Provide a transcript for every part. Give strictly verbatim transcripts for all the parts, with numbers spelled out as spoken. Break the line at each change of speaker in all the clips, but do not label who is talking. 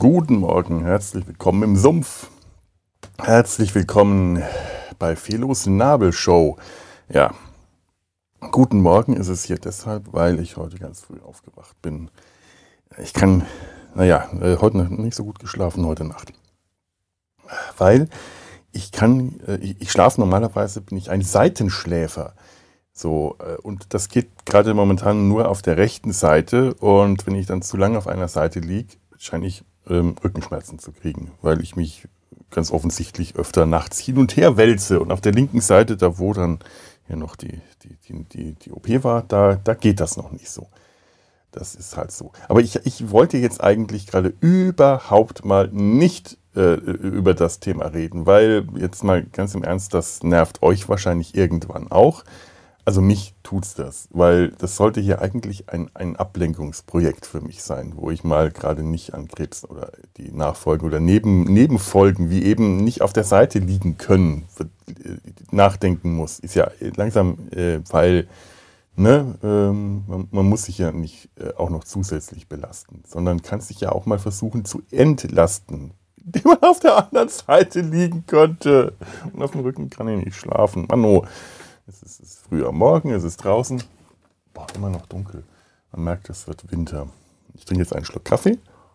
Guten Morgen, herzlich willkommen im Sumpf. Herzlich willkommen bei Felos Nabelshow. Ja, guten Morgen ist es hier deshalb, weil ich heute ganz früh aufgewacht bin. Ich kann, naja, heute noch nicht so gut geschlafen, heute Nacht. Weil ich kann, ich schlafe normalerweise, bin ich ein Seitenschläfer. So, und das geht gerade momentan nur auf der rechten Seite. Und wenn ich dann zu lange auf einer Seite liege, scheine ich ähm, Rückenschmerzen zu kriegen, weil ich mich ganz offensichtlich öfter nachts hin und her wälze. Und auf der linken Seite, da wo dann hier noch die, die, die, die, die O P war, da, da geht das noch nicht so. Das ist halt so. Aber ich, ich wollte jetzt eigentlich gerade überhaupt mal nicht äh, über das Thema reden, weil jetzt mal ganz im Ernst, das nervt euch wahrscheinlich irgendwann auch. Also mich tut's das, weil das sollte hier eigentlich ein, ein Ablenkungsprojekt für mich sein, wo ich mal gerade nicht an Krebs oder die Nachfolgen oder Neben, Nebenfolgen, wie eben nicht auf der Seite liegen können, nachdenken muss. Ist ja langsam, äh, weil ne, ähm, man, man muss sich ja nicht äh, auch noch zusätzlich belasten, sondern kann sich ja auch mal versuchen zu entlasten, indem man auf der anderen Seite liegen könnte. Und auf dem Rücken kann ich nicht schlafen. Mano. Es ist, es ist früh am Morgen, es ist draußen. Boah, immer noch dunkel. Man merkt, es wird Winter. Ich trinke jetzt einen Schluck Kaffee.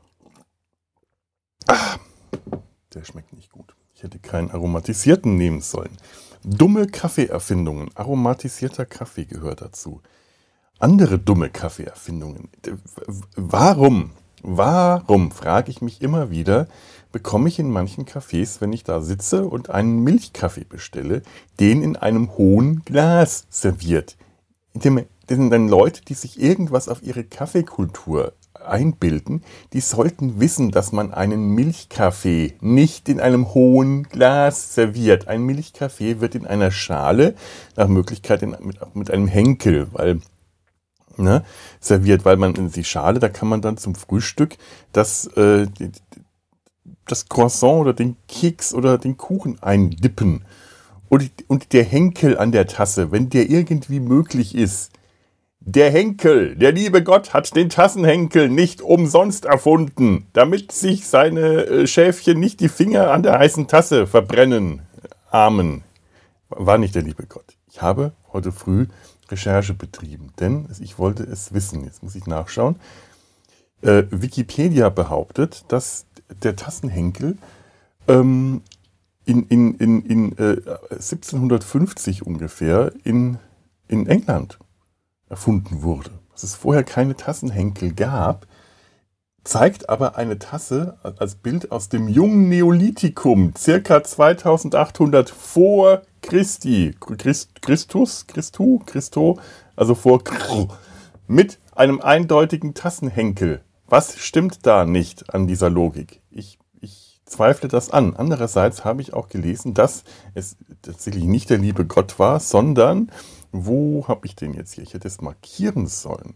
Ah, der schmeckt nicht gut. Ich hätte keinen aromatisierten nehmen sollen. Dumme Kaffeeerfindungen. Aromatisierter Kaffee gehört dazu. Andere dumme Kaffeeerfindungen. Warum, warum, frage ich mich immer wieder, bekomme ich in manchen Cafés, wenn ich da sitze und einen Milchkaffee bestelle, den in einem hohen Glas serviert. Das sind dann Leute, die sich irgendwas auf ihre Kaffeekultur einbilden, die sollten wissen, dass man einen Milchkaffee nicht in einem hohen Glas serviert. Ein Milchkaffee wird in einer Schale, nach Möglichkeit in, mit, mit einem Henkel, weil ne, serviert, weil man in die Schale, da kann man dann zum Frühstück das äh, die, das Croissant oder den Keks oder den Kuchen eindippen. Und, und der Henkel an der Tasse, wenn der irgendwie möglich ist, der Henkel, der liebe Gott hat den Tassenhenkel nicht umsonst erfunden, damit sich seine Schäfchen nicht die Finger an der heißen Tasse verbrennen. Amen. War nicht der liebe Gott. Ich habe heute früh Recherche betrieben, denn ich wollte es wissen. Jetzt muss ich nachschauen. Äh, Wikipedia behauptet, dass der Tassenhenkel ähm, in, in, in, in äh, siebzehnhundertfünfzig ungefähr in, in England erfunden wurde. Dass es vorher keine Tassenhenkel gab, zeigt aber eine Tasse als Bild aus dem jungen Neolithikum, circa zweitausendachthundert vor Christi, Christ, Christus, Christu, Christo, also vor Christus, mit einem eindeutigen Tassenhenkel. Was stimmt da nicht an dieser Logik? Ich, ich zweifle das an. Andererseits habe ich auch gelesen, dass es tatsächlich nicht der liebe Gott war, sondern, wo habe ich den jetzt hier? Ich hätte es markieren sollen.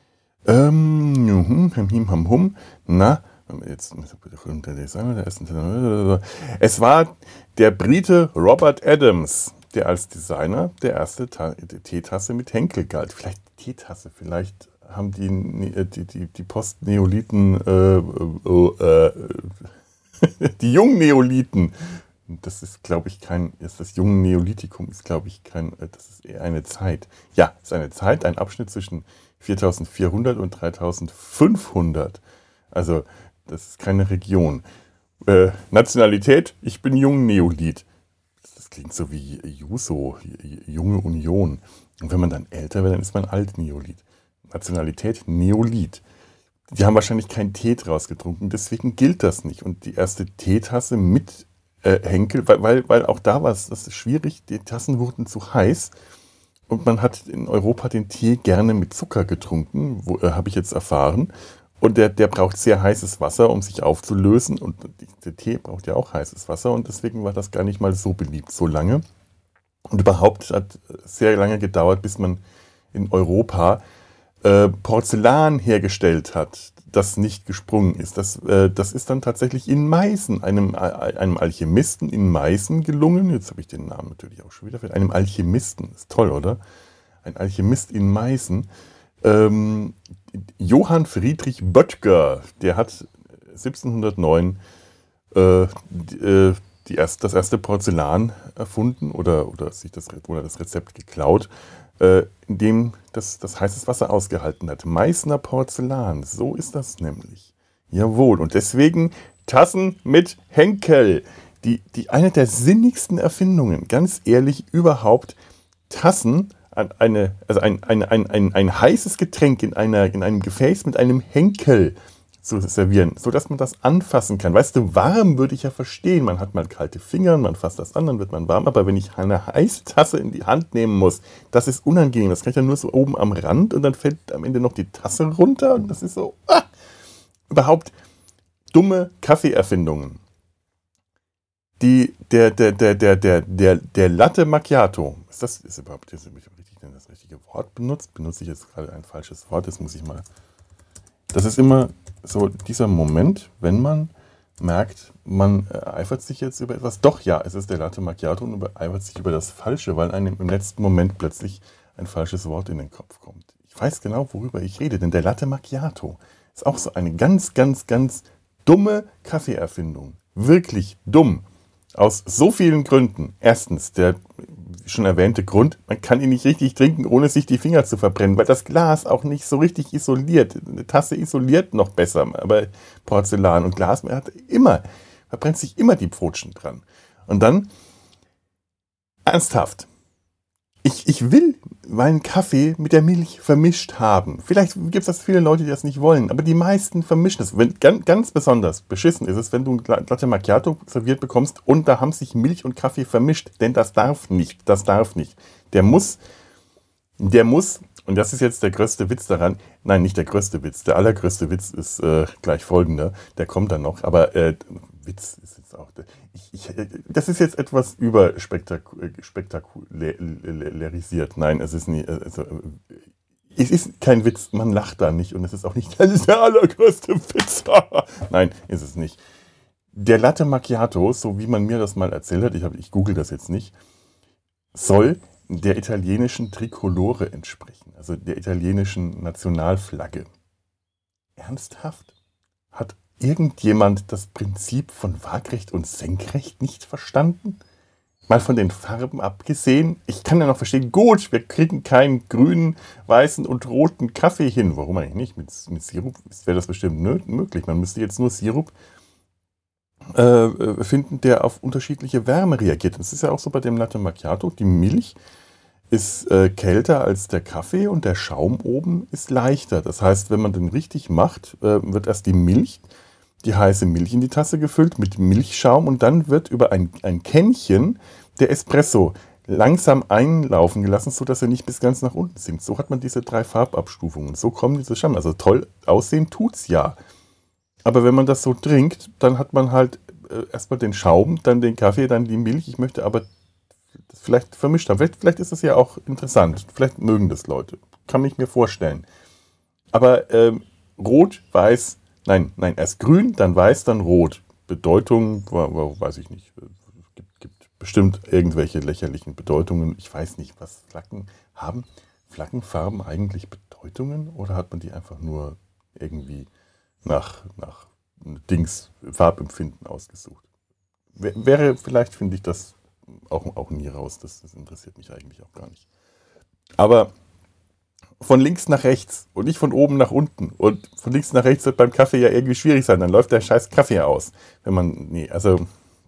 Ähm, hum, hum, na, jetzt, es war der Brite Robert Adams, der als Designer der erste Ta- Teetasse mit Henkel galt. Vielleicht Teetasse, vielleicht haben die, die, die, die Post-Neolithen, äh, äh, äh, die jungen Neolithen, das ist, glaube ich, kein, ist das junge Neolithikum ist, glaube ich, kein, das ist eher eine Zeit. Ja, es ist eine Zeit, ein Abschnitt zwischen viertausendvierhundert und dreitausendfünfhundert. Also, das ist keine Region. Äh, Nationalität, ich bin jung Neolith. Das klingt so wie Juso, junge Union. Und wenn man dann älter wird, dann ist man Alt-Neolith. Nationalität Neolith. Die haben wahrscheinlich keinen Tee draus getrunken, deswegen gilt das nicht. Und die erste Teetasse mit äh, Henkel, weil, weil, weil auch da war es, das ist schwierig, die Tassen wurden zu heiß und man hat in Europa den Tee gerne mit Zucker getrunken, wo, äh, habe ich jetzt erfahren. Und der, der braucht sehr heißes Wasser, um sich aufzulösen. Und der Tee braucht ja auch heißes Wasser und deswegen war das gar nicht mal so beliebt, so lange. Und überhaupt hat sehr lange gedauert, bis man in Europa äh, Porzellan hergestellt hat, das nicht gesprungen ist. Das, äh, das ist dann tatsächlich in Meißen, einem, einem Alchemisten in Meißen gelungen. Jetzt habe ich den Namen natürlich auch schon wieder vergessen. Einem Alchemisten, ist toll, oder? Ein Alchemist in Meißen. Ähm, Johann Friedrich Böttger, der hat siebzehnhundertneun äh, die, äh, die erst, das erste Porzellan erfunden oder, oder sich das, oder das Rezept geklaut, äh, in dem das, das heißes Wasser ausgehalten hat. Meißner Porzellan, so ist das nämlich. Jawohl, und deswegen Tassen mit Henkel. Die, die eine der sinnigsten Erfindungen, ganz ehrlich, überhaupt Tassen, eine, also ein, ein, ein, ein, ein heißes Getränk in, einer, in einem Gefäß mit einem Henkel zu servieren, sodass man das anfassen kann. Weißt du, warm würde ich ja verstehen. Man hat mal kalte Finger, man fasst das an, dann wird man warm. Aber wenn ich eine heiße Tasse in die Hand nehmen muss, das ist unangenehm. Das kann ich ja nur so oben am Rand und dann fällt am Ende noch die Tasse runter. Und das ist so, ah, überhaupt dumme Kaffeeerfindungen. Die, der, der, der, der, der, der, der Latte Macchiato, ist das ist überhaupt ist richtig, denn das richtige Wort benutzt? Benutze ich jetzt gerade ein falsches Wort? Das muss ich mal. Das ist immer so dieser Moment, wenn man merkt, man eifert sich jetzt über etwas. Doch, ja, es ist der Latte Macchiato und eifert sich über das Falsche, weil einem im letzten Moment plötzlich ein falsches Wort in den Kopf kommt. Ich weiß genau, worüber ich rede, denn der Latte Macchiato ist auch so eine ganz, ganz, ganz dumme Kaffeeerfindung. Wirklich dumm. Aus so vielen Gründen. Erstens, der schon erwähnte Grund, man kann ihn nicht richtig trinken, ohne sich die Finger zu verbrennen, weil das Glas auch nicht so richtig isoliert. Eine Tasse isoliert noch besser, aber Porzellan und Glas, man hat immer, verbrennt sich immer die Pfotschen dran. Und dann, ernsthaft, ich, ich will meinen Kaffee mit der Milch vermischt haben. Vielleicht gibt es das viele Leute, die das nicht wollen, aber die meisten vermischen es. Wenn, ganz, ganz besonders beschissen ist es, wenn du ein Latte Macchiato serviert bekommst und da haben sich Milch und Kaffee vermischt, denn das darf nicht, das darf nicht. Der muss, der muss, und das ist jetzt der größte Witz daran, nein, nicht der größte Witz, der allergrößte Witz ist äh, gleich folgender, der kommt dann noch, aber äh, Witz ist jetzt auch, ich, ich, das ist jetzt etwas überspektakularisiert. Nein, es ist nie, also, es ist kein Witz, man lacht da nicht und es ist auch nicht, das ist der allergrößte Witz. Nein, ist es nicht. Der Latte Macchiato, so wie man mir das mal erzählt hat, ich, hab, ich google das jetzt nicht, soll der italienischen Trikolore entsprechen, also der italienischen Nationalflagge. Ernsthaft? Hat irgendjemand das Prinzip von Waagrecht und Senkrecht nicht verstanden? Mal von den Farben abgesehen. Ich kann ja noch verstehen, gut, wir kriegen keinen grünen, weißen und roten Kaffee hin. Warum eigentlich nicht? Mit, mit Sirup wäre das bestimmt möglich. Man müsste jetzt nur Sirup äh, finden, der auf unterschiedliche Wärme reagiert. Das ist ja auch so bei dem Latte Macchiato. Die Milch ist äh, kälter als der Kaffee und der Schaum oben ist leichter. Das heißt, wenn man den richtig macht, äh, wird erst die Milch, die heiße Milch in die Tasse gefüllt mit Milchschaum und dann wird über ein, ein Kännchen der Espresso langsam einlaufen gelassen, sodass er nicht bis ganz nach unten sinkt. So hat man diese drei Farbabstufungen. So kommen diese Schaum. Also toll aussehen tut's ja. Aber wenn man das so trinkt, dann hat man halt äh, erstmal den Schaum, dann den Kaffee, dann die Milch. Ich möchte aber das vielleicht vermischt haben. Vielleicht, vielleicht ist das ja auch interessant. Vielleicht mögen das Leute. Kann ich mir vorstellen. Aber ähm, rot, weiß, nein, nein, erst grün, dann weiß, dann rot. Bedeutung, weiß ich nicht. Es gibt, gibt bestimmt irgendwelche lächerlichen Bedeutungen. Ich weiß nicht, was Flaggen haben. Flaggenfarben eigentlich Bedeutungen? Oder hat man die einfach nur irgendwie nach, nach Dings, Farbempfinden ausgesucht? Wäre, vielleicht finde ich das Auch, auch nie raus, das, das interessiert mich eigentlich auch gar nicht. Aber von links nach rechts und nicht von oben nach unten. Und von links nach rechts wird beim Kaffee ja irgendwie schwierig sein. Dann läuft der scheiß Kaffee aus. Wenn man, nee, also,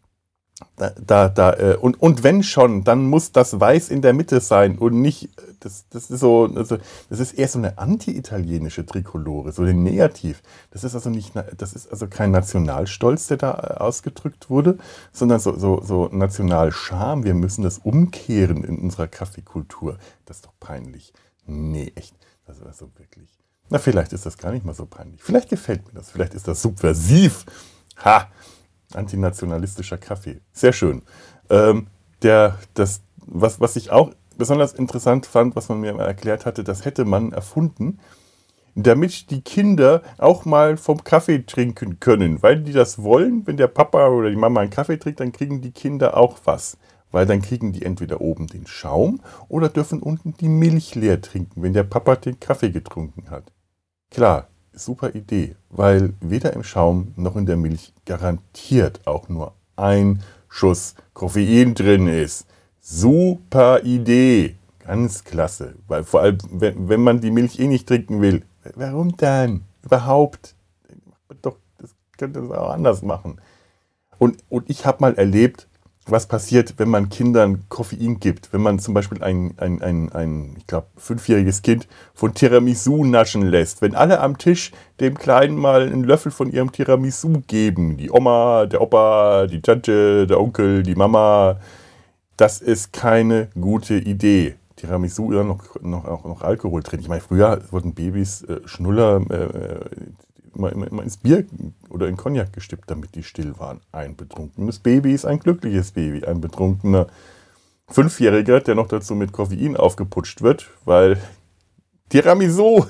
da, da, da äh, und, und wenn schon, dann muss das Weiß in der Mitte sein und nicht, das, das ist so, also, das ist eher so eine anti-italienische Trikolore, so ein Negativ. Das ist also nicht, das ist also kein Nationalstolz, der da ausgedrückt wurde, sondern so, so, so Nationalscham. Wir müssen das umkehren in unserer Kaffeekultur. Das ist doch peinlich. Nee, echt. Das ist also wirklich. Na, vielleicht ist das gar nicht mal so peinlich. Vielleicht gefällt mir das. Vielleicht ist das subversiv. Ha! Antinationalistischer Kaffee. Sehr schön. Ähm, der, das, was, was ich auch besonders interessant fand, was man mir mal erklärt hatte, das hätte man erfunden, damit die Kinder auch mal vom Kaffee trinken können. Weil die das wollen, wenn der Papa oder die Mama einen Kaffee trinkt, dann kriegen die Kinder auch was. Weil dann kriegen die entweder oben den Schaum oder dürfen unten die Milch leer trinken, wenn der Papa den Kaffee getrunken hat. Klar, super Idee, weil weder im Schaum noch in der Milch garantiert auch nur ein Schuss Koffein drin ist. Super Idee, ganz klasse, weil vor allem, wenn, wenn man die Milch eh nicht trinken will, warum dann überhaupt? Doch, das könnte es auch anders machen. Und, und ich habe mal erlebt, was passiert, wenn man Kindern Koffein gibt. Wenn man zum Beispiel ein, ein, ein, ein ich glaube, fünfjähriges Kind von Tiramisu naschen lässt. Wenn alle am Tisch dem Kleinen mal einen Löffel von ihrem Tiramisu geben. Die Oma, der Opa, die Tante, der Onkel, die Mama. Das ist keine gute Idee. Tiramisu, ja, noch, noch, auch noch Alkohol drin. Ich meine, früher wurden Babys äh, Schnuller äh, immer, immer, immer ins Bier oder in Cognac gestippt, damit die still waren. Ein betrunkenes Baby ist ein glückliches Baby. Ein betrunkener Fünfjähriger, der noch dazu mit Koffein aufgeputscht wird, weil Tiramisu,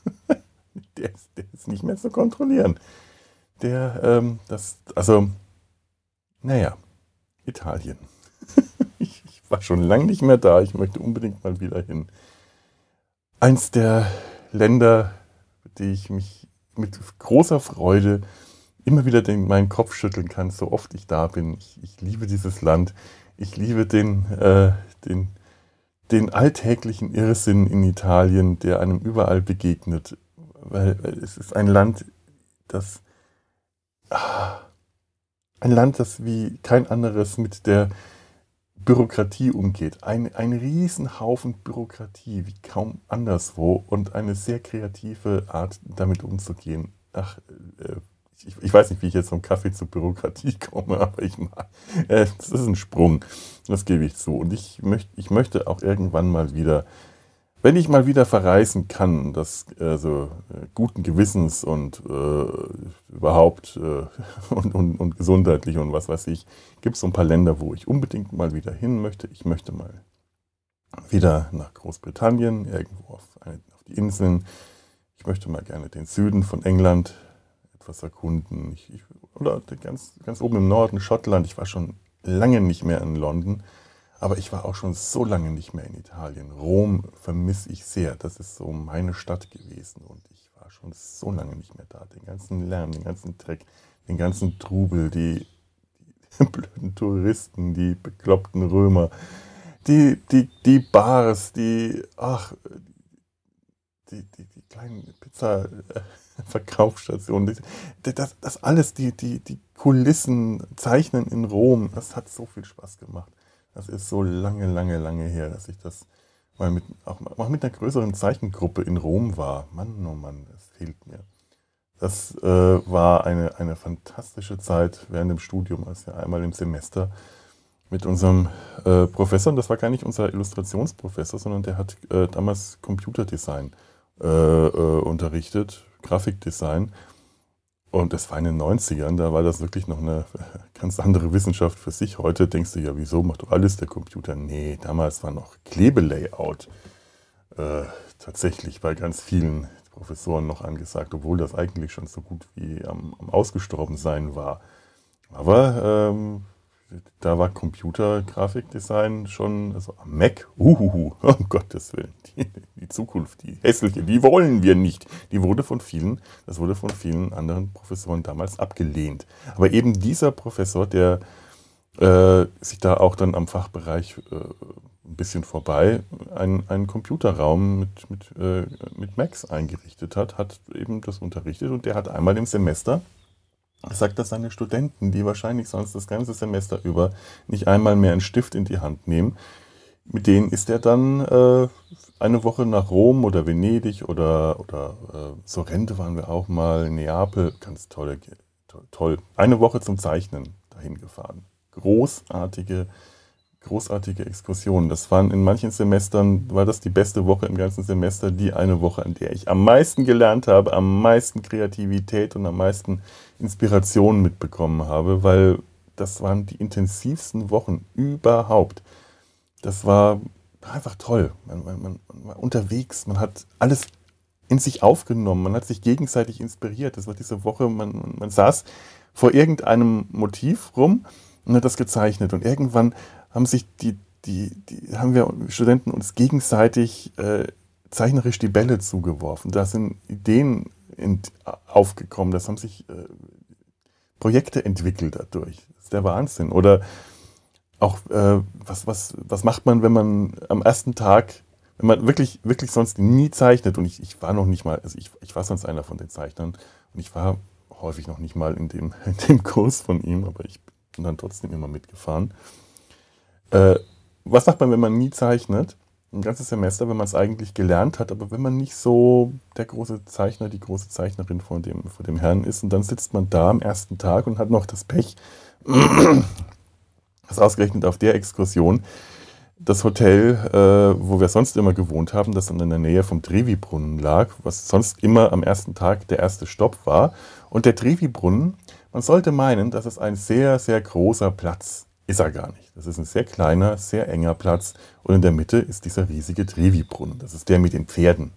der ist, der ist nicht mehr zu kontrollieren. Der, ähm, das, also, naja, Italien. ich, ich war schon lange nicht mehr da. Ich möchte unbedingt mal wieder hin. Eins der Länder, die ich mich mit großer Freude immer wieder den, meinen Kopf schütteln kann, so oft ich da bin. Ich, ich liebe dieses Land. Ich liebe den, äh, den, den alltäglichen Irrsinn in Italien, der einem überall begegnet. Weil, weil es ist ein Land, das ah, ein Land, das wie kein anderes mit der Bürokratie umgeht. Ein, ein Riesenhaufen Bürokratie, wie kaum anderswo, und eine sehr kreative Art, damit umzugehen. Ach, äh, ich, ich weiß nicht, wie ich jetzt vom Kaffee zur Bürokratie komme, aber ich mag, äh, das ist ein Sprung, das gebe ich zu. Und ich, möcht, ich möchte auch irgendwann mal wieder, wenn ich mal wieder verreisen kann, das also äh, guten Gewissens und äh, überhaupt äh, und, und, und gesundheitlich und was weiß ich, gibt es so ein paar Länder, wo ich unbedingt mal wieder hin möchte. Ich möchte mal wieder nach Großbritannien, irgendwo auf, eine, auf die Inseln. Ich möchte mal gerne den Süden von England etwas erkunden. Ich, ich, oder ganz, ganz oben im Norden, Schottland. Ich war schon lange nicht mehr in London. Aber ich war auch schon so lange nicht mehr in Italien. Rom vermisse ich sehr. Das ist so meine Stadt gewesen. Und ich war schon so lange nicht mehr da. Den ganzen Lärm, den ganzen Dreck, den ganzen Trubel, die, die blöden Touristen, die bekloppten Römer, die, die, die Bars, die, ach, die, die, die kleinen Pizza-Verkaufsstationen. Das, das alles, die, die, die Kulissen, Zeichnen in Rom, das hat so viel Spaß gemacht. Das ist so lange, lange, lange her, dass ich das mal mit, auch mal mit einer größeren Zeichengruppe in Rom war. Mann, oh Mann, das fehlt mir. Das äh, war eine, eine fantastische Zeit während dem Studium, als wir einmal im Semester mit unserem äh, Professor, und das war gar nicht unser Illustrationsprofessor, sondern der hat äh, damals Computerdesign äh, äh, unterrichtet, Grafikdesign. Und das war in den neunzigern, da war das wirklich noch eine ganz andere Wissenschaft für sich. Heute denkst du ja, wieso macht doch alles der Computer? Nee, damals war noch Klebelayout äh, tatsächlich bei ganz vielen Professoren noch angesagt, obwohl das eigentlich schon so gut wie am, am Ausgestorbensein war. Aber ähm, da war Computergrafikdesign schon, also am Mac, uhuhu, um Gottes Willen, die, die Zukunft, die hässliche, die wollen wir nicht. Die wurde von vielen, das wurde von vielen anderen Professoren damals abgelehnt. Aber eben dieser Professor, der äh, sich da auch dann am Fachbereich äh, ein bisschen vorbei einen, einen Computerraum mit, mit, äh, mit Macs eingerichtet hat, hat eben das unterrichtet, und der hat einmal im Semester sagt, dass seine Studenten, die wahrscheinlich sonst das ganze Semester über nicht einmal mehr einen Stift in die Hand nehmen, mit denen ist er dann äh, eine Woche nach Rom oder Venedig oder, oder äh, Sorrente waren wir auch mal, Neapel, ganz toll, toll. Eine Woche zum Zeichnen dahin gefahren. Großartige, großartige Exkursionen. Das waren in manchen Semestern, war das die beste Woche im ganzen Semester, die eine Woche, an der ich am meisten gelernt habe, am meisten Kreativität und am meisten Inspiration mitbekommen habe, weil das waren die intensivsten Wochen überhaupt. Das war einfach toll. Man, man, man war unterwegs, man hat alles in sich aufgenommen, man hat sich gegenseitig inspiriert. Das war diese Woche, man, man saß vor irgendeinem Motiv rum und hat das gezeichnet, und irgendwann haben sich die, die, die haben wir Studenten uns gegenseitig äh, zeichnerisch die Bälle zugeworfen. Da sind Ideen ent, aufgekommen, das haben sich äh, Projekte entwickelt dadurch. Das ist der Wahnsinn. Oder auch, äh, was, was, was macht man, wenn man am ersten Tag, wenn man wirklich, wirklich sonst nie zeichnet, und ich, ich war noch nicht mal, also ich, ich war sonst einer von den Zeichnern, und ich war häufig noch nicht mal in dem, in dem Kurs von ihm, aber ich bin dann trotzdem immer mitgefahren. Äh, was macht man, wenn man nie zeichnet? Ein ganzes Semester, wenn man es eigentlich gelernt hat, aber wenn man nicht so der große Zeichner, die große Zeichnerin vor dem, vor dem Herrn ist, und dann sitzt man da am ersten Tag und hat noch das Pech, dass ausgerechnet auf der Exkursion das Hotel, äh, wo wir sonst immer gewohnt haben, das in der Nähe vom Trevi-Brunnen lag, was sonst immer am ersten Tag der erste Stopp war. Und der Trevi-Brunnen, man sollte meinen, das ist ein sehr, sehr großer Platz. Ist er gar nicht. Das ist ein sehr kleiner, sehr enger Platz. Und in der Mitte ist dieser riesige Trevi-Brunnen. Das ist der mit den Pferden.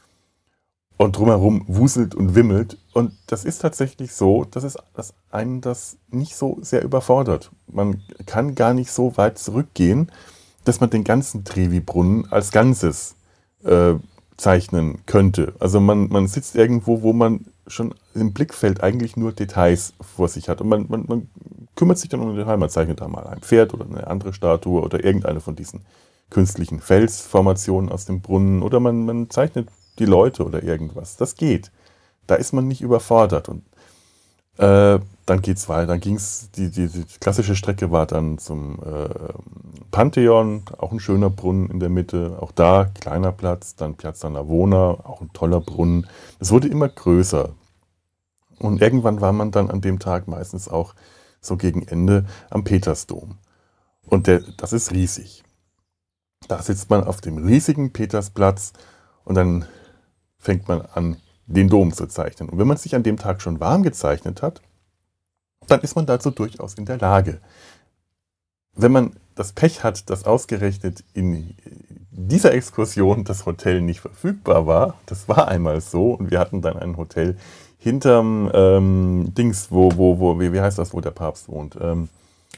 Und drumherum wuselt und wimmelt. Und das ist tatsächlich so, dass es dass einen das nicht so sehr überfordert. Man kann gar nicht so weit zurückgehen, dass man den ganzen Trevi-Brunnen als Ganzes äh, zeichnen könnte. Also man, man sitzt irgendwo, wo man schon im Blickfeld eigentlich nur Details vor sich hat. Und man, man, man kümmert sich dann um den Detail. Man zeichnet da mal ein Pferd oder eine andere Statue oder irgendeine von diesen künstlichen Felsformationen aus dem Brunnen. Oder man, man zeichnet die Leute oder irgendwas. Das geht. Da ist man nicht überfordert. Und äh, dann geht's weiter. Dann ging's, die, die, die klassische Strecke war dann zum äh, Pantheon, auch ein schöner Brunnen in der Mitte. Auch da kleiner Platz. Dann Piazza Navona, auch ein toller Brunnen. Es wurde immer größer. Und irgendwann war man dann an dem Tag meistens auch so gegen Ende am Petersdom. Und der, das ist riesig. Da sitzt man auf dem riesigen Petersplatz und dann fängt man an, den Dom zu zeichnen. Und wenn man sich an dem Tag schon warm gezeichnet hat, dann ist man dazu durchaus in der Lage. Wenn man das Pech hat, dass ausgerechnet in dieser Exkursion das Hotel nicht verfügbar war, das war einmal so, und wir hatten dann ein Hotel hinterm ähm, Dings, wo, wo, wo, wie, wie heißt das, wo der Papst wohnt? Ähm,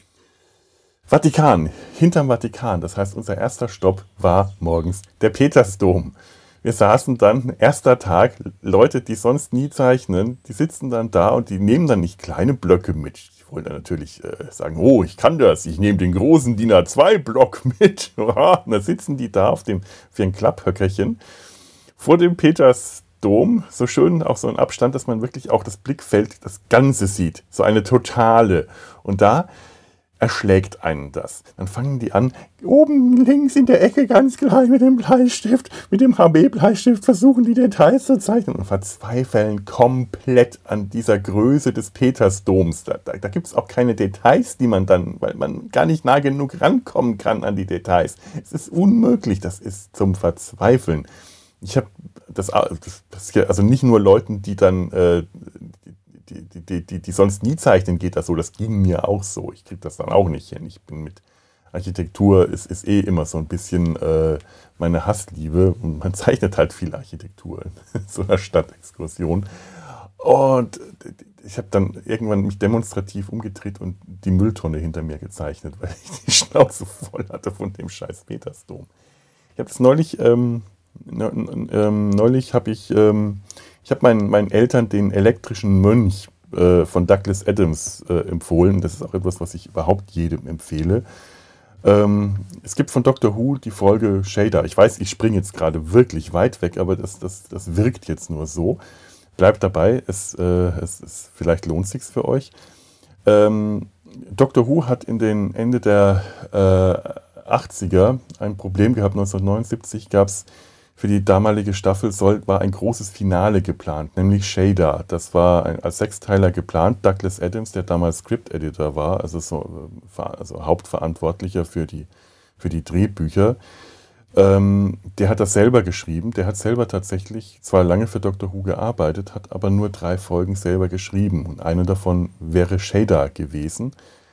Vatikan, hinterm Vatikan. Das heißt, unser erster Stopp war morgens der Petersdom. Wir saßen dann, erster Tag, Leute, die sonst nie zeichnen, die sitzen dann da und die nehmen dann nicht kleine Blöcke mit. Die wollen dann natürlich äh, sagen, oh, ich kann das, ich nehme den großen D I N A zwei Block mit. Und dann sitzen die da auf dem, für ein Klapphöckerchen vor dem Petersdom, so schön auch so ein Abstand, dass man wirklich auch das Blickfeld, das Ganze sieht, so eine totale. Und da erschlägt einen das. Dann fangen die an, oben links in der Ecke ganz klein mit dem Bleistift, mit dem H B-Bleistift versuchen die Details zu zeichnen und verzweifeln komplett an dieser Größe des Petersdoms. Da, da, da gibt es auch keine Details, die man dann, weil man gar nicht nah genug rankommen kann an die Details. Es ist unmöglich, das ist zum Verzweifeln. Ich habe das, das, das also nicht nur Leuten, die dann äh, Die, die, die, die sonst nie zeichnen, geht das so. Das ging mir auch so. Ich kriege das dann auch nicht hin. Ich bin mit Architektur, ist, ist eh immer so ein bisschen äh, meine Hassliebe. Und man zeichnet halt viel Architektur in so einer Stadtexkursion. Und ich habe dann irgendwann mich demonstrativ umgedreht und die Mülltonne hinter mir gezeichnet, weil ich die Schnauze voll hatte von dem scheiß Petersdom. Ich habe das neulich, ähm, ähm, neulich habe ich... Ähm, Ich habe meinen, meinen Eltern den elektrischen Mönch äh, von Douglas Adams äh, empfohlen. Das ist auch etwas, was ich überhaupt jedem empfehle. Ähm, es gibt von Doctor Who die Folge Shader. Ich weiß, ich springe jetzt gerade wirklich weit weg, aber das, das, das wirkt jetzt nur so. Bleibt dabei, es, äh, es, es vielleicht lohnt es sich für euch. Ähm, Doctor Who hat in den Ende der äh, achtziger ein Problem gehabt. neunzehnhundertneunundsiebzig gab es für die damalige Staffel soll, war ein großes Finale geplant, nämlich Shader. Das war ein, als Sechsteiler geplant. Douglas Adams, der damals Script-Editor war, also, so, also Hauptverantwortlicher für die, für die Drehbücher, ähm, der hat das selber geschrieben. Der hat selber tatsächlich zwar lange für Doctor Who gearbeitet, hat aber nur drei Folgen selber geschrieben. Und eine davon wäre Shader gewesen,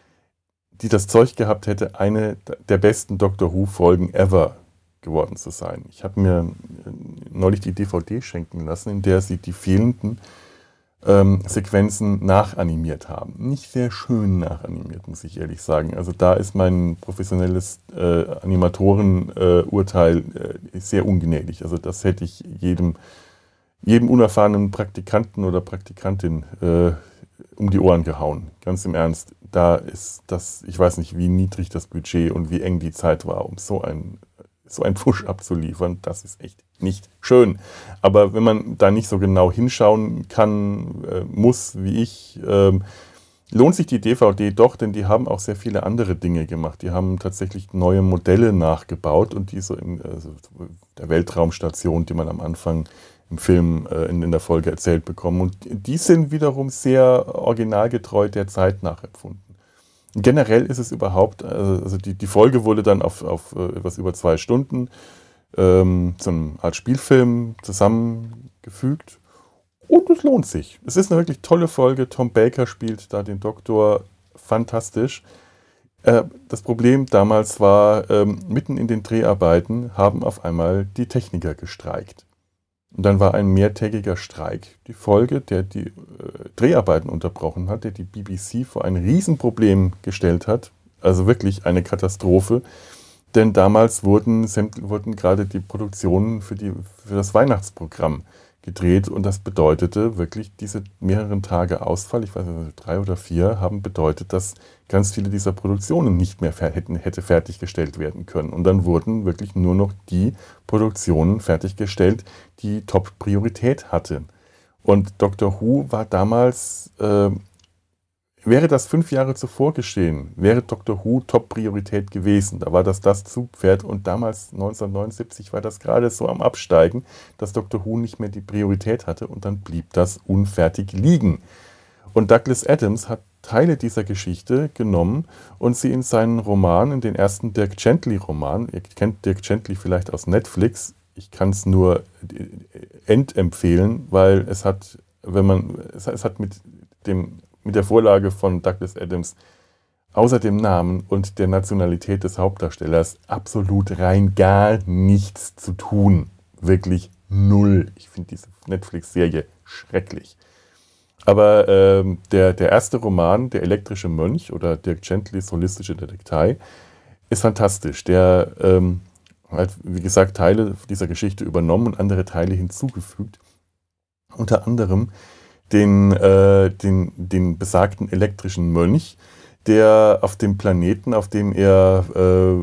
die das Zeug gehabt hätte, eine der besten Doctor Who-Folgen ever geworden zu sein. Ich habe mir neulich die D V D schenken lassen, in der sie die fehlenden ähm, Sequenzen nachanimiert haben. Nicht sehr schön nachanimiert, muss ich ehrlich sagen. Also da ist mein professionelles äh, Animatoren-Urteil äh, sehr ungnädig. Also das hätte ich jedem jedem unerfahrenen Praktikanten oder Praktikantin äh, um die Ohren gehauen. Ganz im Ernst, da ist das, ich weiß nicht, wie niedrig das Budget und wie eng die Zeit war, um so ein, so ein Push abzuliefern. Das ist echt nicht schön. Aber wenn man da nicht so genau hinschauen kann, äh, muss, wie ich, äh, lohnt sich die D V D doch, denn die haben auch sehr viele andere Dinge gemacht. Die haben tatsächlich neue Modelle nachgebaut und die so in also der Weltraumstation, die man am Anfang im Film äh, in, in der Folge erzählt bekommen. Und die sind wiederum sehr originalgetreu der Zeit nachempfunden. Generell ist es überhaupt, also die, die Folge wurde dann auf, auf etwas über zwei Stunden ähm, zu einer Art Spielfilm zusammengefügt. Und es lohnt sich. Es ist eine wirklich tolle Folge. Tom Baker spielt da den Doktor fantastisch. Äh, das Problem damals war, ähm, mitten in den Dreharbeiten haben auf einmal die Techniker gestreikt. Und dann war ein mehrtägiger Streik die Folge, der die äh, Dreharbeiten unterbrochen hat, der die B B C vor ein Riesenproblem gestellt hat. Also wirklich eine Katastrophe. Denn damals wurden, wurden gerade die Produktionen für, die, für das Weihnachtsprogramm gedreht. Und das bedeutete wirklich, diese mehreren Tage Ausfall, ich weiß nicht, drei oder vier, haben bedeutet, dass ganz viele dieser Produktionen nicht mehr hätten, hätte fertiggestellt werden können. Und dann wurden wirklich nur noch die Produktionen fertiggestellt, die Top-Priorität hatten. Und Doctor Who war damals, äh, wäre das fünf Jahre zuvor geschehen, wäre Doctor Who Top-Priorität gewesen. Da war das das Zugpferd und damals neunzehnhundertneunundsiebzig war das gerade so am Absteigen, dass Doctor Who nicht mehr die Priorität hatte und dann blieb das unfertig liegen. Und Douglas Adams hat Teile dieser Geschichte genommen und sie in seinen Roman, in den ersten Dirk Gently-Roman, ihr kennt Dirk Gently vielleicht aus Netflix, ich kann es nur entempfehlen, weil es hat, wenn man, es, es hat mit dem, mit der Vorlage von Douglas Adams außer dem Namen und der Nationalität des Hauptdarstellers absolut rein gar nichts zu tun. Wirklich null. Ich finde diese Netflix-Serie schrecklich. Aber ähm, der, der erste Roman, Der elektrische Mönch oder Dirk Gentlys holistische Detektei, ist fantastisch. Der ähm, hat, wie gesagt, Teile dieser Geschichte übernommen und andere Teile hinzugefügt. Unter anderem den, äh, den, den besagten elektrischen Mönch, der auf dem Planeten, auf dem er, äh,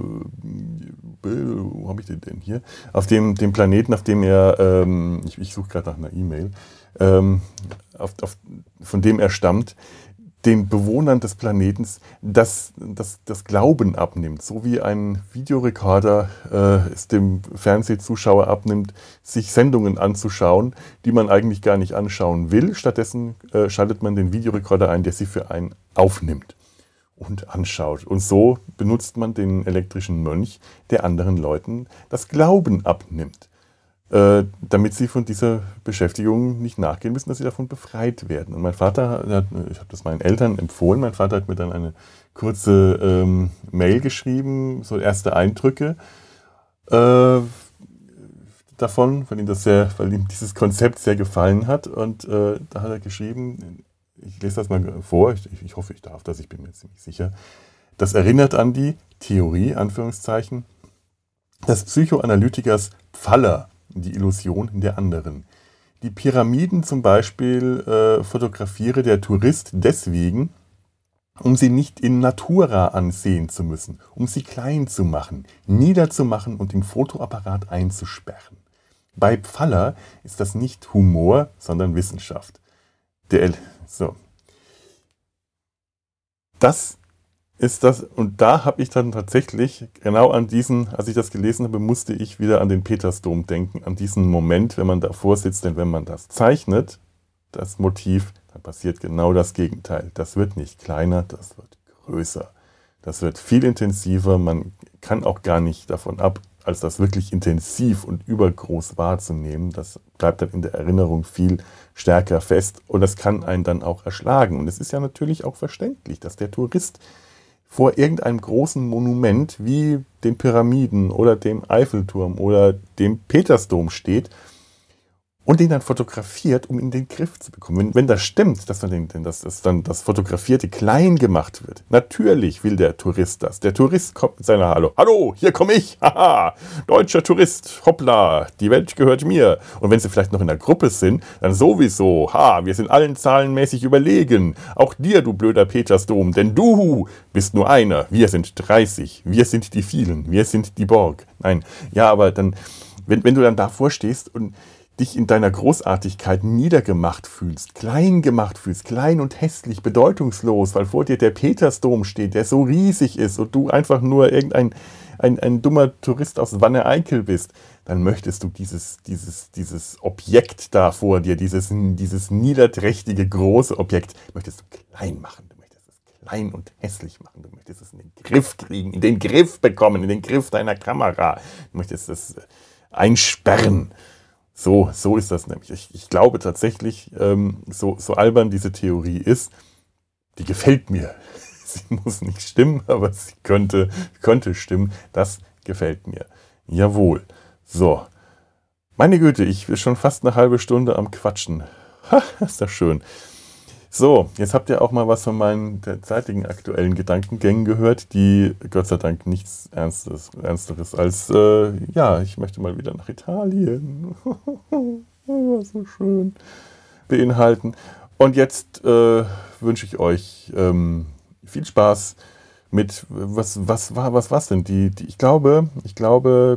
wo habe ich den denn hier? Auf dem, dem Planeten, auf dem er, ähm, ich, ich suche gerade nach einer E-Mail, ähm, auf, auf, von dem er stammt, den Bewohnern des Planetens das, das, das Glauben abnimmt, so wie ein Videorekorder äh, es dem Fernsehzuschauer abnimmt, sich Sendungen anzuschauen, die man eigentlich gar nicht anschauen will. Stattdessen äh, schaltet man den Videorekorder ein, der sie für einen aufnimmt und anschaut. Und so benutzt man den elektrischen Mönch, der anderen Leuten das Glauben abnimmt, äh, damit sie von dieser Beschäftigung nicht nachgehen müssen, dass sie davon befreit werden. Und mein Vater, hat, ich habe das meinen Eltern empfohlen, mein Vater hat mir dann eine kurze ähm, Mail geschrieben, so erste Eindrücke äh, davon, weil ihm, das sehr, weil ihm dieses Konzept sehr gefallen hat. Und äh, da hat er geschrieben, ich lese das mal vor, ich, ich hoffe, ich darf das, ich bin mir ziemlich sicher. Das erinnert an die Theorie, Anführungszeichen, des Psychoanalytikers Pfaller, die Illusion der anderen. Die Pyramiden zum Beispiel äh, fotografiere der Tourist deswegen, um sie nicht in Natura ansehen zu müssen, um sie klein zu machen, niederzumachen und in Fotoapparat einzusperren. Bei Pfaller ist das nicht Humor, sondern Wissenschaft. Der, so. Das ist das, und da habe ich dann tatsächlich, genau an diesen, als ich das gelesen habe, musste ich wieder an den Petersdom denken, an diesen Moment, wenn man davor sitzt, denn wenn man das zeichnet, das Motiv, dann passiert genau das Gegenteil. Das wird nicht kleiner, das wird größer. Das wird viel intensiver, man kann auch gar nicht davon ab, als das wirklich intensiv und übergroß wahrzunehmen. Das bleibt dann in der Erinnerung viel stärker fest und das kann einen dann auch erschlagen. Und es ist ja natürlich auch verständlich, dass der Tourist vor irgendeinem großen Monument wie den Pyramiden oder dem Eiffelturm oder dem Petersdom steht und den dann fotografiert, um ihn in den Griff zu bekommen. Wenn, wenn das stimmt, dass, man den, dass, dass dann das Fotografierte klein gemacht wird, natürlich will der Tourist das. Der Tourist kommt mit seiner Hallo. Hallo, hier komme ich. Haha, deutscher Tourist. Hoppla, die Welt gehört mir. Und wenn sie vielleicht noch in der Gruppe sind, dann sowieso. Ha, wir sind allen zahlenmäßig überlegen. Auch dir, du blöder Petersdom. Denn du bist nur einer. Wir sind dreißig. Wir sind die vielen. Wir sind die Borg. Nein, ja, aber dann, wenn, wenn du dann davor stehst und dich in deiner Großartigkeit niedergemacht fühlst, klein gemacht fühlst, klein und hässlich, bedeutungslos, weil vor dir der Petersdom steht, der so riesig ist und du einfach nur irgendein ein, ein dummer Tourist aus Wanne-Eickel bist, dann möchtest du dieses, dieses, dieses Objekt da vor dir, dieses, dieses niederträchtige, große Objekt, möchtest du klein machen. Du möchtest es klein und hässlich machen. Du möchtest es in den Griff kriegen, in den Griff bekommen, in den Griff deiner Kamera. Du möchtest es einsperren. So, so ist das nämlich. Ich, ich glaube tatsächlich, ähm, so, so albern diese Theorie ist, die gefällt mir. Sie muss nicht stimmen, aber sie könnte, könnte stimmen. Das gefällt mir. Jawohl. So. Meine Güte, ich bin schon fast eine halbe Stunde am Quatschen. Ha, ist das schön. So, jetzt habt ihr auch mal was von meinen derzeitigen aktuellen Gedankengängen gehört, die Gott sei Dank nichts Ernstes, Ernsteres als, äh, ja, ich möchte mal wieder nach Italien. Oh, so schön. Beinhalten. Und jetzt äh, wünsche ich euch ähm, viel Spaß mit, was, was war, was war's denn? Die, die, ich glaube, ich glaube,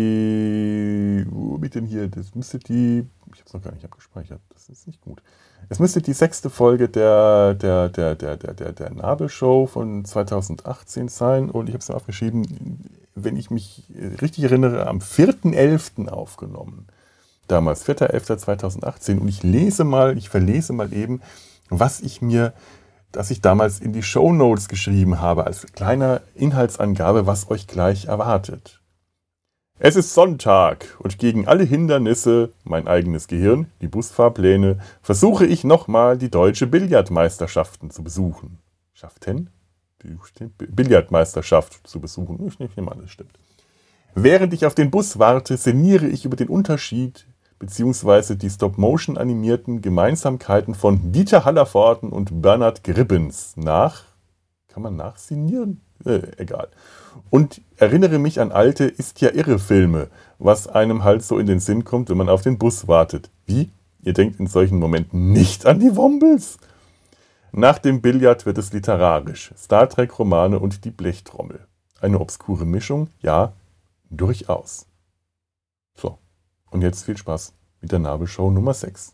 die, wo bin ich denn hier? Das müsste die, ich habe es noch gar nicht abgespeichert, das ist nicht gut. Es müsste die sechste Folge der, der, der, der, der, der, der Nabelshow von zweitausendachtzehn sein. Und ich habe es mir aufgeschrieben, wenn ich mich richtig erinnere, am vierten elften aufgenommen. Damals, vierter elfter zweitausendachtzehn. Und ich lese mal, ich verlese mal eben, was ich mir, dass ich damals in die Shownotes geschrieben habe, als kleiner Inhaltsangabe, was euch gleich erwartet. Es ist Sonntag und gegen alle Hindernisse, mein eigenes Gehirn, die Busfahrpläne, versuche ich nochmal die deutsche Billardmeisterschaften zu besuchen. Schaften? Die Billardmeisterschaft zu besuchen. Ich nehme an, das stimmt. Während ich auf den Bus warte, sinniere ich über den Unterschied bzw. die Stop-Motion animierten Gemeinsamkeiten von Dieter Hallervorden und Bernhard Gribbens nach. Kann man nachsinnieren? Äh, egal. Und erinnere mich an alte Ist ja irre Filme, was einem halt so in den Sinn kommt, wenn man auf den Bus wartet. Wie? Ihr denkt in solchen Momenten nicht an die Wombles? Nach dem Billard wird es literarisch. Star Trek Romane und die Blechtrommel. Eine obskure Mischung? Ja, durchaus. So, und jetzt viel Spaß mit der Nabelshow Nummer sechs.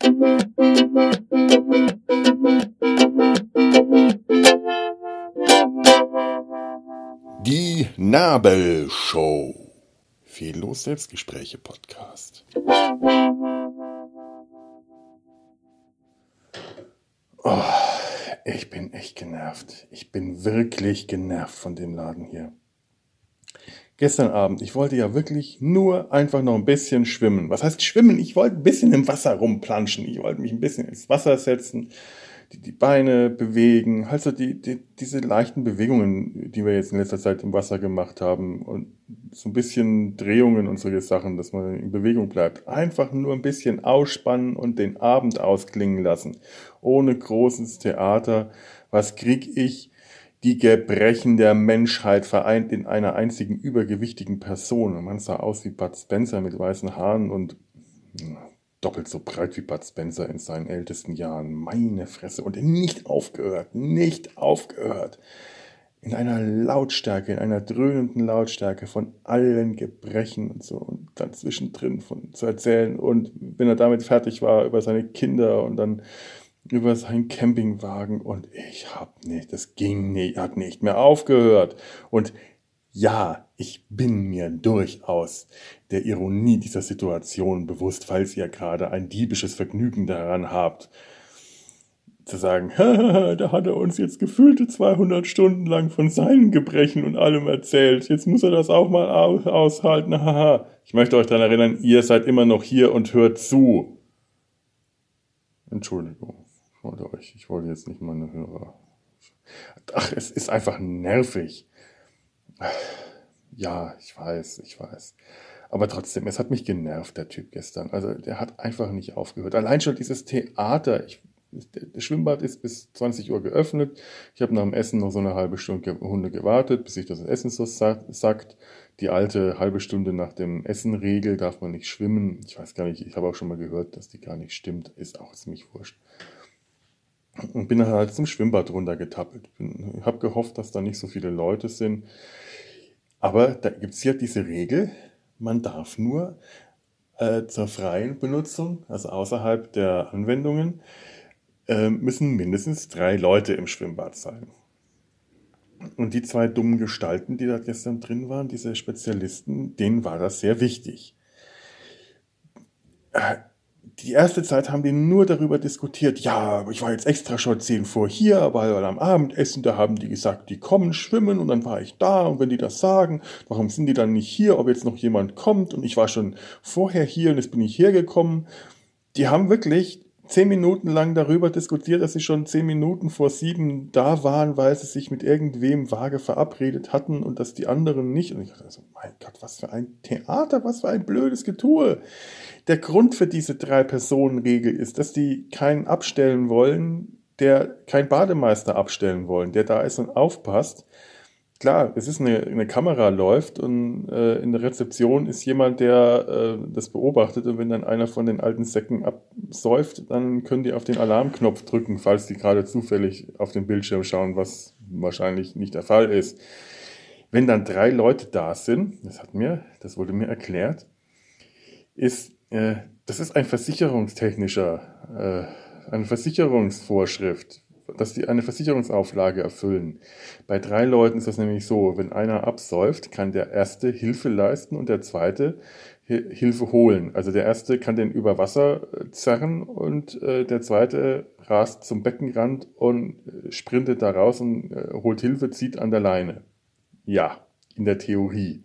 Die Nabelshow. Fehllos Selbstgespräche Podcast. Oh, ich bin echt genervt. Ich bin wirklich genervt von dem Laden hier. Gestern Abend, ich wollte ja wirklich nur einfach noch ein bisschen schwimmen. Was heißt schwimmen? Ich wollte ein bisschen im Wasser rumplanschen. Ich wollte mich ein bisschen ins Wasser setzen, die, die Beine bewegen. Also die, die, diese leichten Bewegungen, die wir jetzt in letzter Zeit im Wasser gemacht haben. Und so ein bisschen Drehungen und solche Sachen, dass man in Bewegung bleibt. Einfach nur ein bisschen ausspannen und den Abend ausklingen lassen. Ohne großes Theater. Was krieg ich? Die Gebrechen der Menschheit vereint in einer einzigen übergewichtigen Person. Man sah aus wie Bud Spencer mit weißen Haaren und doppelt so breit wie Bud Spencer in seinen ältesten Jahren. Meine Fresse. Und nicht aufgehört, nicht aufgehört. In einer Lautstärke, in einer dröhnenden Lautstärke von allen Gebrechen und so. Und dann zwischendrin von zu erzählen. Und wenn er damit fertig war, über seine Kinder und dann über seinen Campingwagen und ich hab nicht, das ging nicht, hat nicht mehr aufgehört. Und ja, ich bin mir durchaus der Ironie dieser Situation bewusst, falls ihr gerade ein diebisches Vergnügen daran habt, zu sagen, da hat er uns jetzt gefühlte zweihundert Stunden lang von seinen Gebrechen und allem erzählt. Jetzt muss er das auch mal aushalten. Haha. Ich möchte euch daran erinnern, ihr seid immer noch hier und hört zu. Entschuldigung. Ich wollte euch, ich wollte jetzt nicht meine Hörer. Ach, es ist einfach nervig. Ja, ich weiß, ich weiß. Aber trotzdem, es hat mich genervt, der Typ gestern. Also der hat einfach nicht aufgehört. Allein schon dieses Theater. Ich, das Schwimmbad ist bis zwanzig Uhr geöffnet. Ich habe nach dem Essen noch so eine halbe Stunde Hunde gewartet, bis sich das Essen so sackt. Die alte halbe Stunde nach dem Essen-Regel darf man nicht schwimmen. Ich weiß gar nicht, ich habe auch schon mal gehört, dass die gar nicht stimmt. Ist auch ziemlich wurscht. Und bin dann halt zum Schwimmbad runtergetappelt. Ich habe gehofft, dass da nicht so viele Leute sind. Aber da gibt es ja diese Regel, man darf nur äh, zur freien Benutzung, also außerhalb der Anwendungen, äh, müssen mindestens drei Leute im Schwimmbad sein. Und die zwei dummen Gestalten, die da gestern drin waren, diese Spezialisten, denen war das sehr wichtig. Äh, Die erste Zeit haben die nur darüber diskutiert, ja, ich war jetzt extra schon zehn vor hier, weil am Abendessen, da haben die gesagt, die kommen schwimmen und dann war ich da und wenn die das sagen, warum sind die dann nicht hier, ob jetzt noch jemand kommt und ich war schon vorher hier und jetzt bin ich hergekommen. Die haben wirklich zehn Minuten lang darüber diskutiert, dass sie schon zehn Minuten vor sieben da waren, weil sie sich mit irgendwem vage verabredet hatten und dass die anderen nicht. Und ich dachte so, mein Gott, was für ein Theater, was für ein blödes Getue. Der Grund für diese Drei-Personen-Regel ist, dass die keinen abstellen wollen, der keinen Bademeister abstellen wollen, der da ist und aufpasst. Klar, es ist eine, eine Kamera läuft und äh, in der Rezeption ist jemand, der äh, das beobachtet und wenn dann einer von den alten Säcken absäuft, dann können die auf den Alarmknopf drücken, falls die gerade zufällig auf den Bildschirm schauen, was wahrscheinlich nicht der Fall ist. Wenn dann drei Leute da sind, das hat mir, das wurde mir erklärt, ist, äh, das ist ein versicherungstechnischer, äh, eine Versicherungsvorschrift, dass die eine Versicherungsauflage erfüllen. Bei drei Leuten ist das nämlich so, wenn einer absäuft, kann der Erste Hilfe leisten und der Zweite Hilfe holen. Also der Erste kann den über Wasser zerren und äh, der Zweite rast zum Beckenrand und äh, sprintet da raus und äh, holt Hilfe, zieht an der Leine. Ja, in der Theorie.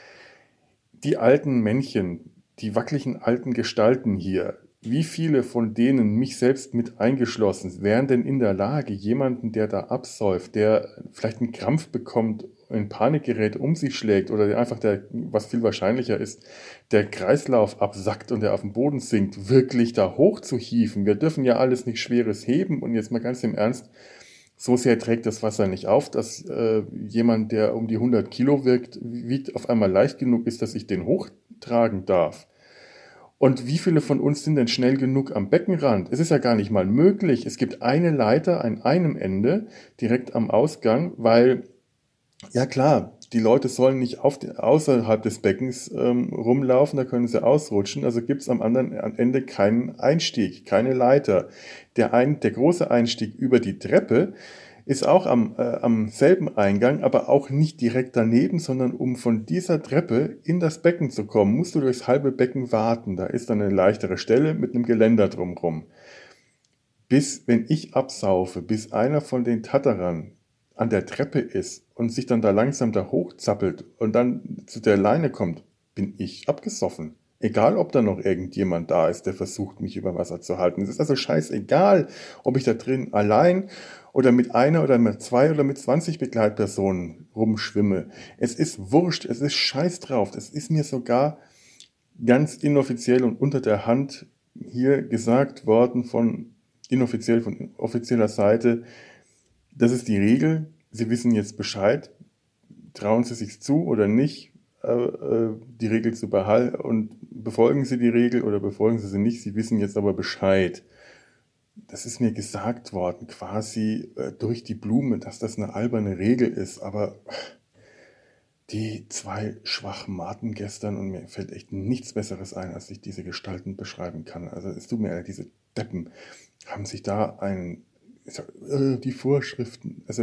Die alten Männchen, die wackeligen alten Gestalten hier, wie viele von denen, mich selbst mit eingeschlossen, wären denn in der Lage, jemanden, der da absäuft, der vielleicht einen Krampf bekommt, in Panik gerät, um sich schlägt oder der einfach, der, was viel wahrscheinlicher ist, der Kreislauf absackt und der auf den Boden sinkt, wirklich da hoch zu hieven. Wir dürfen ja alles nicht Schweres heben und jetzt mal ganz im Ernst, so sehr trägt das Wasser nicht auf, dass äh, jemand, der um die hundert Kilo wirkt, wiegt, auf einmal leicht genug ist, dass ich den hochtragen darf. Und wie viele von uns sind denn schnell genug am Beckenrand? Es ist ja gar nicht mal möglich. Es gibt eine Leiter an einem Ende, direkt am Ausgang, weil, ja klar, die Leute sollen nicht auf die, außerhalb des Beckens ähm, rumlaufen, da können sie ausrutschen. Also gibt es am anderen Ende keinen Einstieg, keine Leiter. Der, ein, der große Einstieg über die Treppe ist auch am, äh, am selben Eingang, aber auch nicht direkt daneben, sondern um von dieser Treppe in das Becken zu kommen, musst du durchs halbe Becken warten. Da ist dann eine leichtere Stelle mit einem Geländer drumherum. Bis, wenn ich absaufe, bis einer von den Tatterern an der Treppe ist und sich dann da langsam da hochzappelt und dann zu der Leine kommt, bin ich abgesoffen. Egal, ob da noch irgendjemand da ist, der versucht, mich über Wasser zu halten. Es ist also scheißegal, ob ich da drin allein oder mit einer oder mit zwei oder mit zwanzig Begleitpersonen rumschwimme. Es ist wurscht, es ist scheiß drauf. Es ist mir sogar ganz inoffiziell und unter der Hand hier gesagt worden von inoffiziell, von offizieller Seite, das ist die Regel, Sie wissen jetzt Bescheid, trauen Sie sich zu oder nicht, äh, die Regel zu behalten und befolgen Sie die Regel oder befolgen Sie sie nicht, Sie wissen jetzt aber Bescheid. Das ist mir gesagt worden, quasi äh, durch die Blume, dass das eine alberne Regel ist, aber die zwei schwachen Maten gestern und mir fällt echt nichts Besseres ein, als ich diese Gestalten beschreiben kann. Also es tut mir leid, diese Deppen haben sich da ein, äh, die Vorschriften, also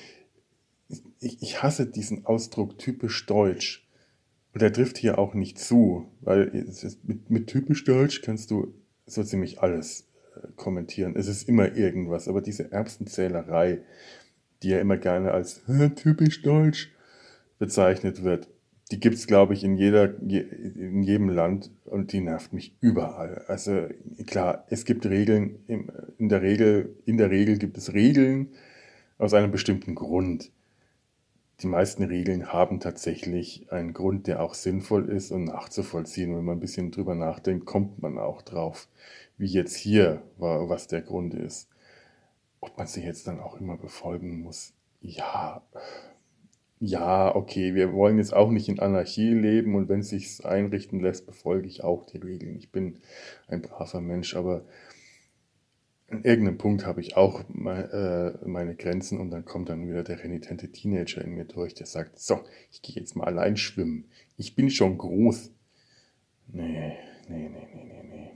ich, ich hasse diesen Ausdruck typisch deutsch. Und der trifft hier auch nicht zu, weil es ist, mit, mit typisch deutsch kannst du so ziemlich alles äh, kommentieren. Es ist immer irgendwas, aber diese Erbsenzählerei, die ja immer gerne als äh, typisch deutsch bezeichnet wird, die gibt es, glaube ich, in, jeder, in jedem Land und die nervt mich überall. Also klar, es gibt Regeln, in der Regel, in der Regel gibt es Regeln aus einem bestimmten Grund. die meisten Regeln haben tatsächlich einen Grund, der auch sinnvoll ist und nachzuvollziehen. Und wenn man ein bisschen drüber nachdenkt, kommt man auch drauf, wie jetzt hier war, was der Grund ist. Ob man sie jetzt dann auch immer befolgen muss, ja, ja, okay, wir wollen jetzt auch nicht in Anarchie leben und wenn es sich einrichten lässt, befolge ich auch die Regeln. Ich bin ein braver Mensch, aber an irgendeinem Punkt habe ich auch me- äh, meine Grenzen und dann kommt dann wieder der renitente Teenager in mir durch, der sagt, so, ich gehe jetzt mal allein schwimmen. Ich bin schon groß. Nee, nee, nee, nee, nee, nee.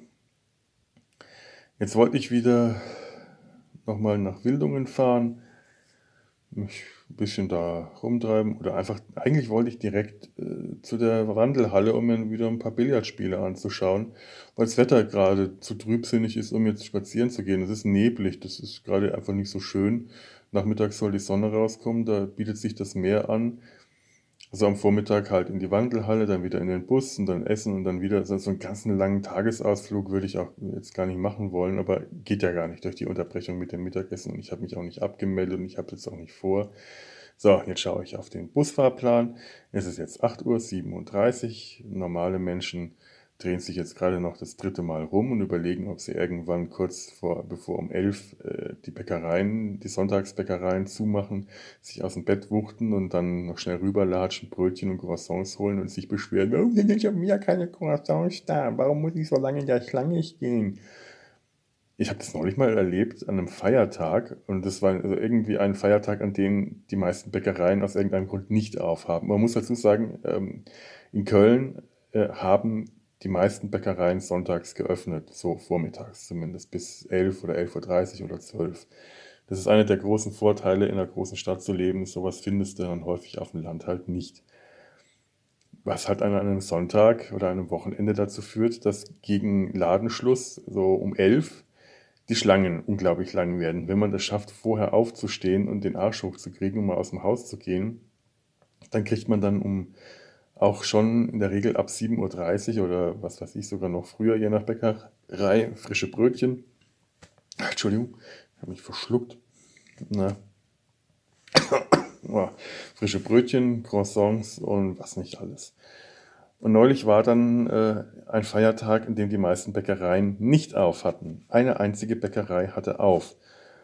Jetzt wollte ich wieder nochmal nach Wildungen fahren, mich ein bisschen da rumtreiben oder einfach, eigentlich wollte ich direkt äh, zu der Wandelhalle, um mir wieder ein paar Billardspiele anzuschauen, weil das Wetter gerade zu trübsinnig ist, um jetzt spazieren zu gehen. Es ist neblig, das ist gerade einfach nicht so schön. Nachmittags soll die Sonne rauskommen, da bietet sich das Meer an. Also am Vormittag halt in die Wandelhalle, dann wieder in den Bus und dann essen und dann wieder. Also so einen ganzen langen Tagesausflug würde ich auch jetzt gar nicht machen wollen, aber geht ja gar nicht durch die Unterbrechung mit dem Mittagessen und ich habe mich auch nicht abgemeldet und ich habe jetzt auch nicht vor. So, jetzt schaue ich auf den Busfahrplan. Es ist jetzt acht Uhr siebenunddreißig. Normale Menschen drehen sich jetzt gerade noch das dritte Mal rum und überlegen, ob sie irgendwann kurz vor, bevor um elf äh, die Bäckereien, die Sonntagsbäckereien zumachen, sich aus dem Bett wuchten und dann noch schnell rüberlatschen, Brötchen und Croissants holen und sich beschweren, warum sind denn schon wieder keine Croissants da? Warum muss ich so lange in der Schlange stehen? Ich habe das neulich mal erlebt an einem Feiertag und das war also irgendwie ein Feiertag, an dem die meisten Bäckereien aus irgendeinem Grund nicht aufhaben. Man muss dazu sagen, ähm, in Köln äh, haben die meisten Bäckereien sonntags geöffnet, so vormittags zumindest, bis elf oder elf Uhr dreißig oder zwölf. Das ist einer der großen Vorteile, in einer großen Stadt zu leben. Sowas findest du dann häufig auf dem Land halt nicht. Was halt an einem Sonntag oder einem Wochenende dazu führt, dass gegen Ladenschluss, so um elf, die Schlangen unglaublich lang werden. Wenn man das schafft, vorher aufzustehen und den Arsch hochzukriegen, um mal aus dem Haus zu gehen, dann kriegt man dann um auch schon in der Regel ab sieben Uhr dreißig oder was weiß ich, sogar noch früher, je nach Bäckerei, frische Brötchen. Ach, Entschuldigung, ich habe mich verschluckt. Na, oh, frische Brötchen, Croissants und was nicht alles. Und neulich war dann äh, ein Feiertag, in dem die meisten Bäckereien nicht auf hatten. Eine einzige Bäckerei hatte auf.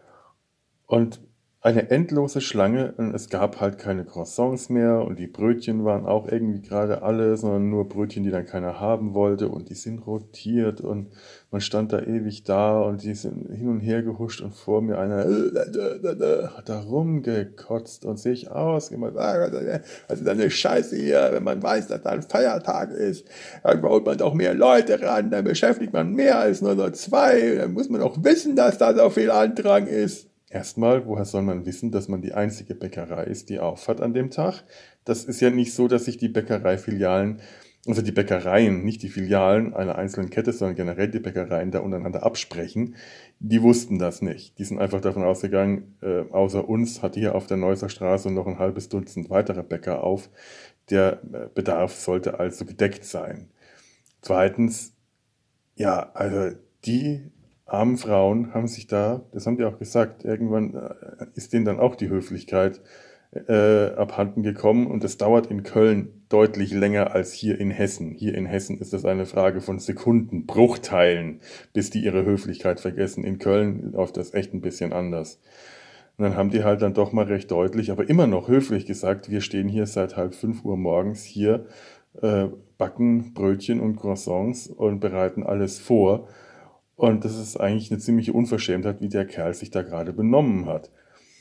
Und eine endlose Schlange und es gab halt keine Croissants mehr und die Brötchen waren auch irgendwie gerade alle, sondern nur Brötchen, die dann keiner haben wollte und die sind rotiert und man stand da ewig da und die sind hin und her gehuscht und vor mir einer hat da rumgekotzt und sehe ich aus, also dann eine Scheiße hier, wenn man weiß, dass da ein Feiertag ist, dann baut man doch mehr Leute ran, dann beschäftigt man mehr als nur noch zwei, dann muss man auch wissen, dass da so viel Andrang ist. Erstmal, woher soll man wissen, dass man die einzige Bäckerei ist, die auf hat an dem Tag? Das ist ja nicht so, dass sich die Bäckereifilialen, also die Bäckereien, nicht die Filialen einer einzelnen Kette, sondern generell die Bäckereien da untereinander absprechen. Die wussten das nicht. Die sind einfach davon ausgegangen, äh, außer uns hat hier auf der Neusser Straße noch ein halbes Dutzend weitere Bäcker auf. Der äh, Bedarf sollte also gedeckt sein. Zweitens, ja, also die armen Frauen haben sich da, das haben die auch gesagt, irgendwann äh, ist denen dann auch die Höflichkeit äh, abhanden gekommen und das dauert in Köln deutlich länger als hier in Hessen. Hier in Hessen ist das eine Frage von Sekunden, Bruchteilen, bis die ihre Höflichkeit vergessen. In Köln läuft das echt ein bisschen anders. Und dann haben die halt dann doch mal recht deutlich, aber immer noch höflich gesagt, wir stehen hier seit halb fünf Uhr morgens hier, äh, backen Brötchen und Croissants und bereiten alles vor. Und das ist eigentlich eine ziemliche Unverschämtheit, wie der Kerl sich da gerade benommen hat.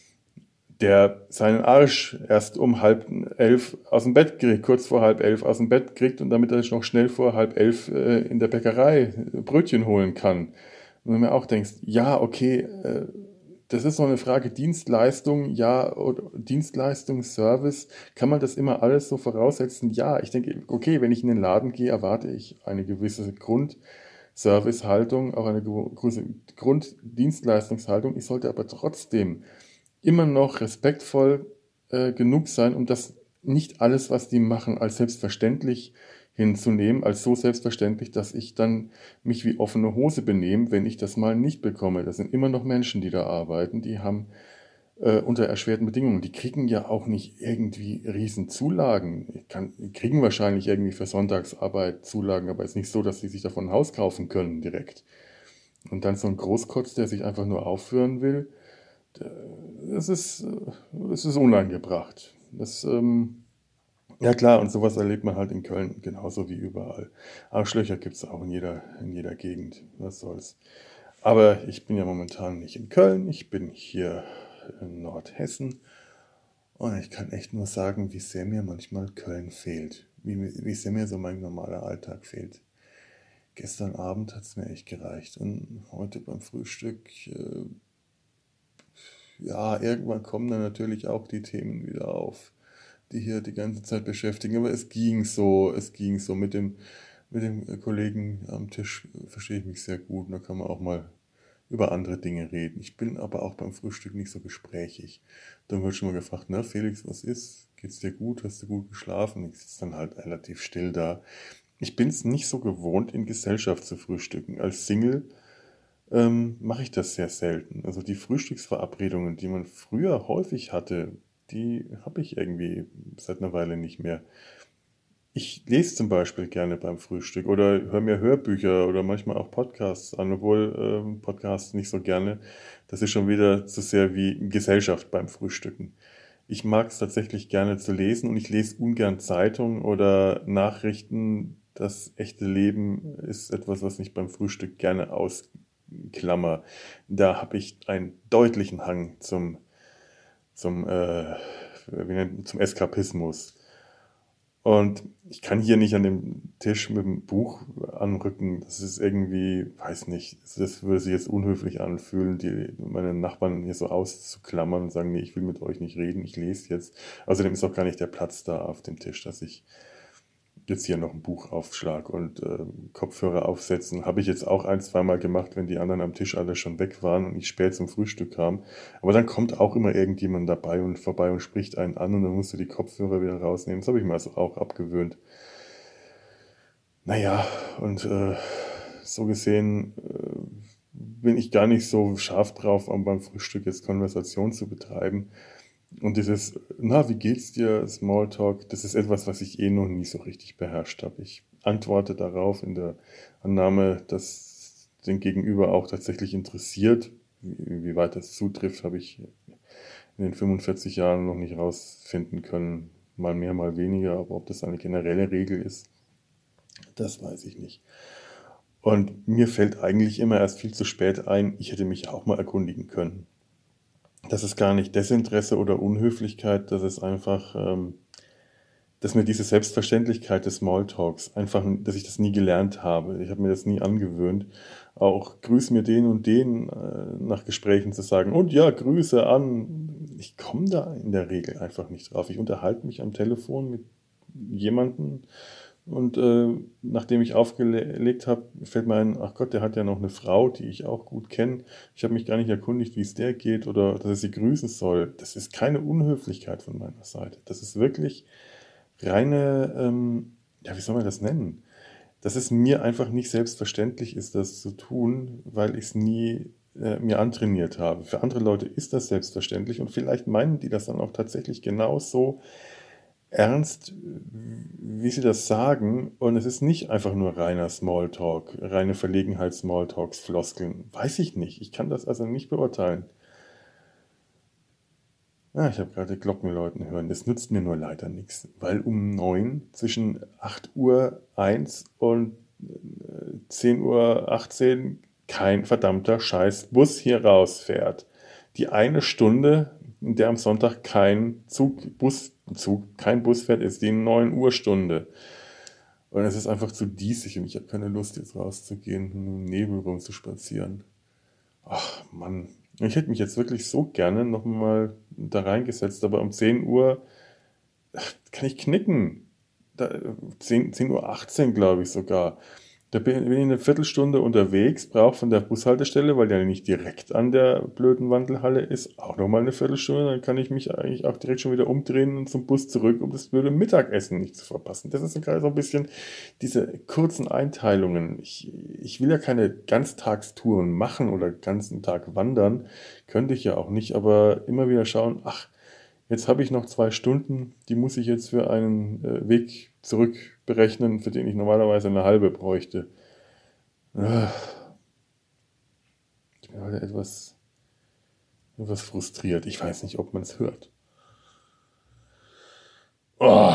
Der seinen Arsch erst um halb elf aus dem Bett kriegt, kurz vor halb elf aus dem Bett kriegt und damit er sich noch schnell vor halb elf äh, in der Bäckerei Brötchen holen kann. Und wenn man auch denkst, ja, okay, äh, das ist so eine Frage Dienstleistung, ja, oder Dienstleistung, Service, kann man das immer alles so voraussetzen? Ja, ich denke, okay, wenn ich in den Laden gehe, erwarte ich eine gewisse Grundservicehaltung, auch eine gewisse Grunddienstleistungshaltung. Ich sollte aber trotzdem immer noch respektvoll äh, genug sein, um das nicht alles, was die machen, als selbstverständlich hinzunehmen, als so selbstverständlich, dass ich dann mich wie offene Hose benehme, wenn ich das mal nicht bekomme. Das sind immer noch Menschen, die da arbeiten, die haben äh, unter erschwerten Bedingungen. Die kriegen ja auch nicht irgendwie riesen Zulagen. Kann, die kriegen wahrscheinlich irgendwie für Sonntagsarbeit Zulagen, aber es ist nicht so, dass sie sich davon ein Haus kaufen können direkt. Und dann so ein Großkotz, der sich einfach nur aufführen will, der- das ist, äh, das ist unangebracht. Das, ähm, ja klar, und sowas erlebt man halt in Köln genauso wie überall. Arschlöcher gibt es auch in jeder, in jeder Gegend. Was soll's. Aber ich bin ja momentan nicht in Köln, ich bin hier in Nordhessen und ich kann echt nur sagen, wie sehr mir manchmal Köln fehlt. Wie, mir- wie sehr mir so mein normaler Alltag fehlt. Gestern Abend hat es mir echt gereicht und heute beim Frühstück, äh, ja, irgendwann kommen dann natürlich auch die Themen wieder auf, die hier die ganze Zeit beschäftigen. Aber es ging so, es ging so mit dem, mit dem Kollegen am Tisch, äh, verstehe ich mich sehr gut. Und da kann man auch mal über andere Dinge reden. Ich bin aber auch beim Frühstück nicht so gesprächig. Dann wird schon mal gefragt, na Felix, was ist? Geht's dir gut? Hast du gut geschlafen? Ich sitze dann halt relativ still da. Ich bin es nicht so gewohnt, in Gesellschaft zu frühstücken. Als Single ähm, mache ich das sehr selten. Also die Frühstücksverabredungen, die man früher häufig hatte, die habe ich irgendwie seit einer Weile nicht mehr. Ich lese zum Beispiel gerne beim Frühstück oder höre mir Hörbücher oder manchmal auch Podcasts an, obwohl ähm, Podcasts nicht so gerne. Das ist schon wieder zu sehr wie Gesellschaft beim Frühstücken. Ich mag es tatsächlich gerne zu lesen und ich lese ungern Zeitungen oder Nachrichten. Das echte Leben ist etwas, was ich beim Frühstück gerne ausklammer. Da habe ich einen deutlichen Hang zum, zum, äh, wie nennt, zum Eskapismus. Und ich kann hier nicht an dem Tisch mit dem Buch anrücken. Das ist irgendwie, weiß nicht, das würde sich jetzt unhöflich anfühlen, die, meine Nachbarn hier so auszuklammern und sagen, nee, ich will mit euch nicht reden, ich lese jetzt. Außerdem ist auch gar nicht der Platz da auf dem Tisch, dass ich jetzt hier noch ein Buch aufschlag und äh, Kopfhörer aufsetzen. Habe ich jetzt auch ein, zweimal gemacht, wenn die anderen am Tisch alle schon weg waren und ich spät zum Frühstück kam. Aber dann kommt auch immer irgendjemand dabei und vorbei und spricht einen an und dann musst du die Kopfhörer wieder rausnehmen. Das habe ich mir also auch abgewöhnt. Naja, und äh, so gesehen äh, bin ich gar nicht so scharf drauf, um beim Frühstück jetzt Konversation zu betreiben. Und dieses, na, wie geht's dir, Smalltalk, das ist etwas, was ich eh noch nie so richtig beherrscht habe. Ich antworte darauf in der Annahme, dass den Gegenüber auch tatsächlich interessiert. Wie, wie weit das zutrifft, habe ich in den fünfundvierzig Jahren noch nicht rausfinden können. Mal mehr, mal weniger, aber ob das eine generelle Regel ist, das weiß ich nicht. Und mir fällt eigentlich immer erst viel zu spät ein, ich hätte mich auch mal erkundigen können. Das ist gar nicht Desinteresse oder Unhöflichkeit, das ist einfach, ähm, dass mir diese Selbstverständlichkeit des Smalltalks einfach, dass ich das nie gelernt habe. Ich habe mir das nie angewöhnt. Auch grüß mir den und den äh, nach Gesprächen zu sagen. Und ja, Grüße an. Ich komme da in der Regel einfach nicht drauf. Ich unterhalte mich am Telefon mit jemandem und äh, nachdem ich aufgelegt habe, fällt mir ein, ach Gott, der hat ja noch eine Frau, die ich auch gut kenne. Ich habe mich gar nicht erkundigt, wie es der geht oder dass ich sie grüßen soll. Das ist keine Unhöflichkeit von meiner Seite. Das ist wirklich reine, ähm, ja, wie soll man das nennen? Dass es mir einfach nicht selbstverständlich ist, das zu tun, weil ich es nie äh, mir antrainiert habe. Für andere Leute ist das selbstverständlich und vielleicht meinen die das dann auch tatsächlich genauso ernst, wie sie das sagen. Und es ist nicht einfach nur reiner Smalltalk, reine Verlegenheit, Smalltalks, Floskeln. Weiß ich nicht. Ich kann das also nicht beurteilen. Ah, ich habe gerade Glockenläuten hören. Das nützt mir nur leider nichts, weil um neun zwischen acht Uhr eins und äh, zehn Uhr achtzehn kein verdammter Scheiß-Bus hier rausfährt. Die eine Stunde, in der am Sonntag kein Zug, Bus, Zug, kein Bus fährt, ist die neun Uhr Stunde. Und es ist einfach zu diesig und ich habe keine Lust, jetzt rauszugehen und im Nebel rumzuspazieren. Ach Mann, ich hätte mich jetzt wirklich so gerne nochmal da reingesetzt, aber um zehn Uhr kann ich knicken. Da, zehn, zehn Uhr achtzehn glaube ich sogar. Da bin bin ich eine Viertelstunde unterwegs, brauche von der Bushaltestelle, weil der nicht direkt an der blöden Wandelhalle ist, auch nochmal eine Viertelstunde. Dann kann ich mich eigentlich auch direkt schon wieder umdrehen und zum Bus zurück, um das blöde Mittagessen nicht zu verpassen. Das ist gerade so ein bisschen diese kurzen Einteilungen. Ich, ich will ja keine Ganztagstouren machen oder ganzen Tag wandern. Könnte ich ja auch nicht, aber immer wieder schauen, ach, jetzt habe ich noch zwei Stunden, die muss ich jetzt für einen äh, Weg zurück berechnen, für den ich normalerweise eine halbe bräuchte. Ah, ich bin heute etwas, etwas frustriert. Ich weiß nicht, ob man es hört. Oh.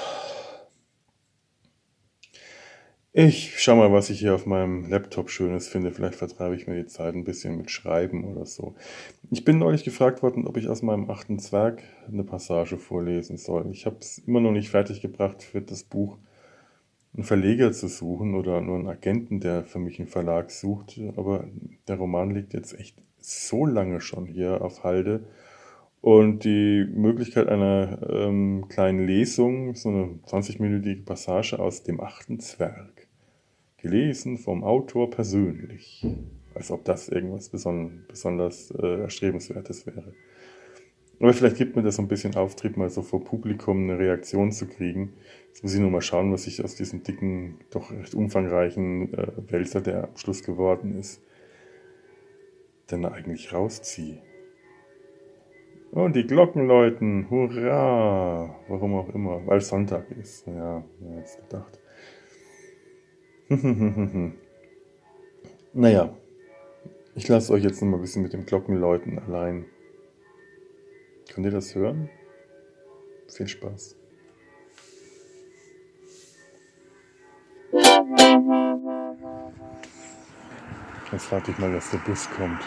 Ich schau mal, was ich hier auf meinem Laptop Schönes finde. Vielleicht vertreibe ich mir die Zeit ein bisschen mit Schreiben oder so. Ich bin neulich gefragt worden, ob ich aus meinem achten Zwerg eine Passage vorlesen soll. Ich habe es immer noch nicht fertig gebracht, für das Buch einen Verleger zu suchen oder nur einen Agenten, der für mich einen Verlag sucht. Aber der Roman liegt jetzt echt so lange schon hier auf Halde. Und die Möglichkeit einer ähm, kleinen Lesung, so eine zwanzigminütige Passage aus dem achten Zwerg, gelesen vom Autor persönlich, als ob das irgendwas beson- besonders äh, Erstrebenswertes wäre. Aber vielleicht gibt mir das so ein bisschen Auftrieb, mal so vor Publikum eine Reaktion zu kriegen. Jetzt muss ich nur mal schauen, was ich aus diesem dicken, doch recht umfangreichen äh, Wälzer, der am Schluss geworden ist, denn da eigentlich rausziehe. Und die Glocken läuten, hurra! Warum auch immer, weil Sonntag ist. Ja, wer hätte es gedacht. Naja, ich lasse euch jetzt noch mal ein bisschen mit dem Glockenläuten allein. Könnt ihr das hören? Viel Spaß. Jetzt warte ich mal, dass der Bus kommt.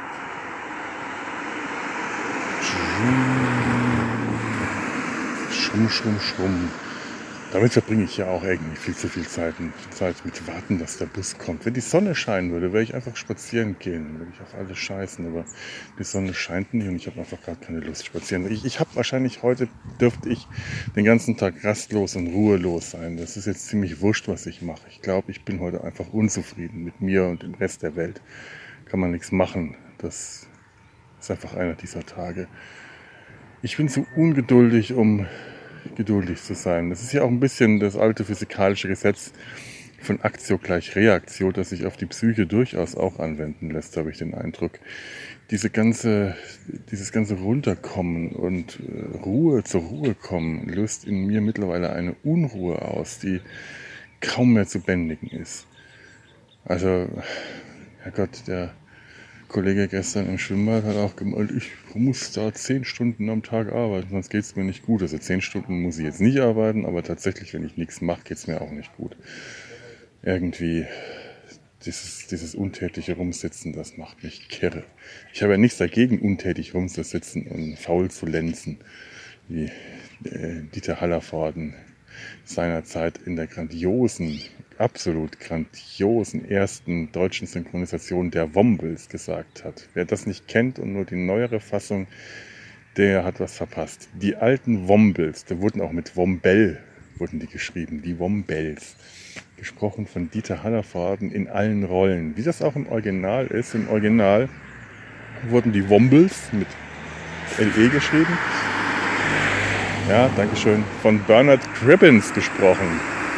Schrumm, schrumm, schrumm. Damit verbringe ich ja auch irgendwie viel zu viel Zeit, Zeit mit Warten, dass der Bus kommt. Wenn die Sonne scheinen würde, würde ich einfach spazieren gehen. Würde ich auf alles scheißen. Aber die Sonne scheint nicht und ich habe einfach gerade keine Lust spazieren. Ich, ich habe wahrscheinlich heute, dürfte ich den ganzen Tag rastlos und ruhelos sein. Das ist jetzt ziemlich wurscht, was ich mache. Ich glaube, ich bin heute einfach unzufrieden mit mir und dem Rest der Welt. Kann man nichts machen. Das ist einfach einer dieser Tage. Ich bin zu ungeduldig, um geduldig zu sein. Das ist ja auch ein bisschen das alte physikalische Gesetz von Aktio gleich Reaktio, das sich auf die Psyche durchaus auch anwenden lässt, habe ich den Eindruck. Diese ganze, dieses ganze Runterkommen und Ruhe zur Ruhe kommen löst in mir mittlerweile eine Unruhe aus, die kaum mehr zu bändigen ist. Also, Herrgott, der Kollege gestern im Schwimmbad hat auch gemeint, ich muss da zehn Stunden am Tag arbeiten, sonst geht es mir nicht gut. Also zehn Stunden muss ich jetzt nicht arbeiten, aber tatsächlich, wenn ich nichts mache, geht es mir auch nicht gut. Irgendwie dieses, dieses untätige Rumsitzen, das macht mich kirre. Ich habe ja nichts dagegen, untätig rumzusitzen und faul zu lenzen, wie äh, Dieter Hallervorden seinerzeit in der grandiosen, absolut grandiosen ersten deutschen Synchronisation der Wombles gesagt hat. Wer das nicht kennt und nur die neuere Fassung, der hat was verpasst. Die alten Wombles, da wurden auch mit Wombell wurden die geschrieben, die Wombels. Gesprochen von Dieter Hallervorden in allen Rollen. Wie das auch im Original ist, im Original wurden die Wombles mit L E geschrieben. Ja, dankeschön. Von Bernard Cribbins gesprochen.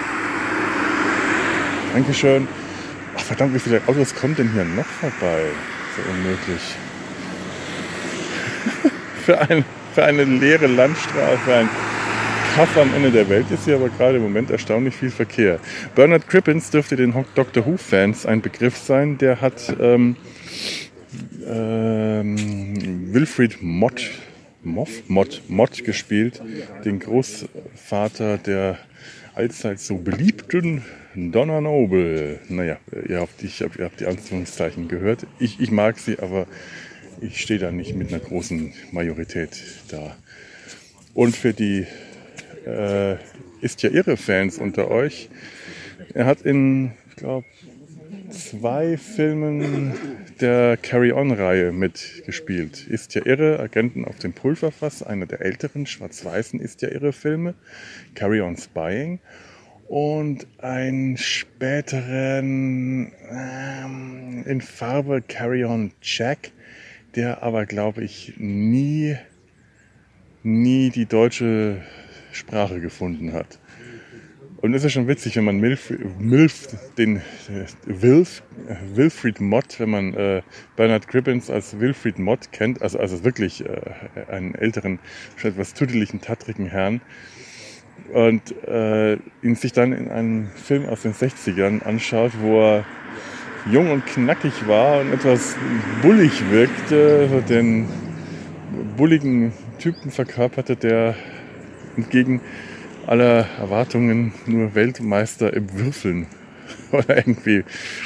Dankeschön. Ach verdammt, wie viele Autos kommen denn hier noch vorbei? So unmöglich. für, ein, für eine leere Landstraße, ein Kaff am Ende der Welt ist hier aber gerade im Moment erstaunlich viel Verkehr. Bernard Cribbins dürfte den Doctor Who-Fans ein Begriff sein. Der hat ähm, ähm, Wilfried Mott Moff, Mott, Mott gespielt, den Großvater der allzeit so beliebten Donna Noble. Naja, ihr habt, ich hab, ihr habt die Anführungszeichen gehört. Ich, ich mag sie, aber ich stehe da nicht mit einer großen Majorität da. Und für die äh, Ist ja irre Fans unter euch, er hat in, ich glaube, zwei Filmen der Carry-On-Reihe mitgespielt. Ist ja irre, Agenten auf dem Pulverfass, einer der älteren schwarz-weißen Ist ja irre Filme. Carry-On Spying. und einen späteren ähm, in Farbe Carry On Jack, der aber, glaube ich, nie, nie die deutsche Sprache gefunden hat. Und es ist schon witzig, wenn man Milf, Milf den äh, Wilf, äh, Wilfried Mott, wenn man äh, Bernard Cribbins als Wilfried Mott kennt, also, also wirklich äh, einen älteren, schon etwas tüdeligen, tattrigen Herrn, und äh, ihn sich dann in einem Film aus den sechzigern anschaut, wo er jung und knackig war und etwas bullig wirkte, so den bulligen Typen verkörperte, der entgegen aller Erwartungen nur Weltmeister im Würfeln oder irgendwie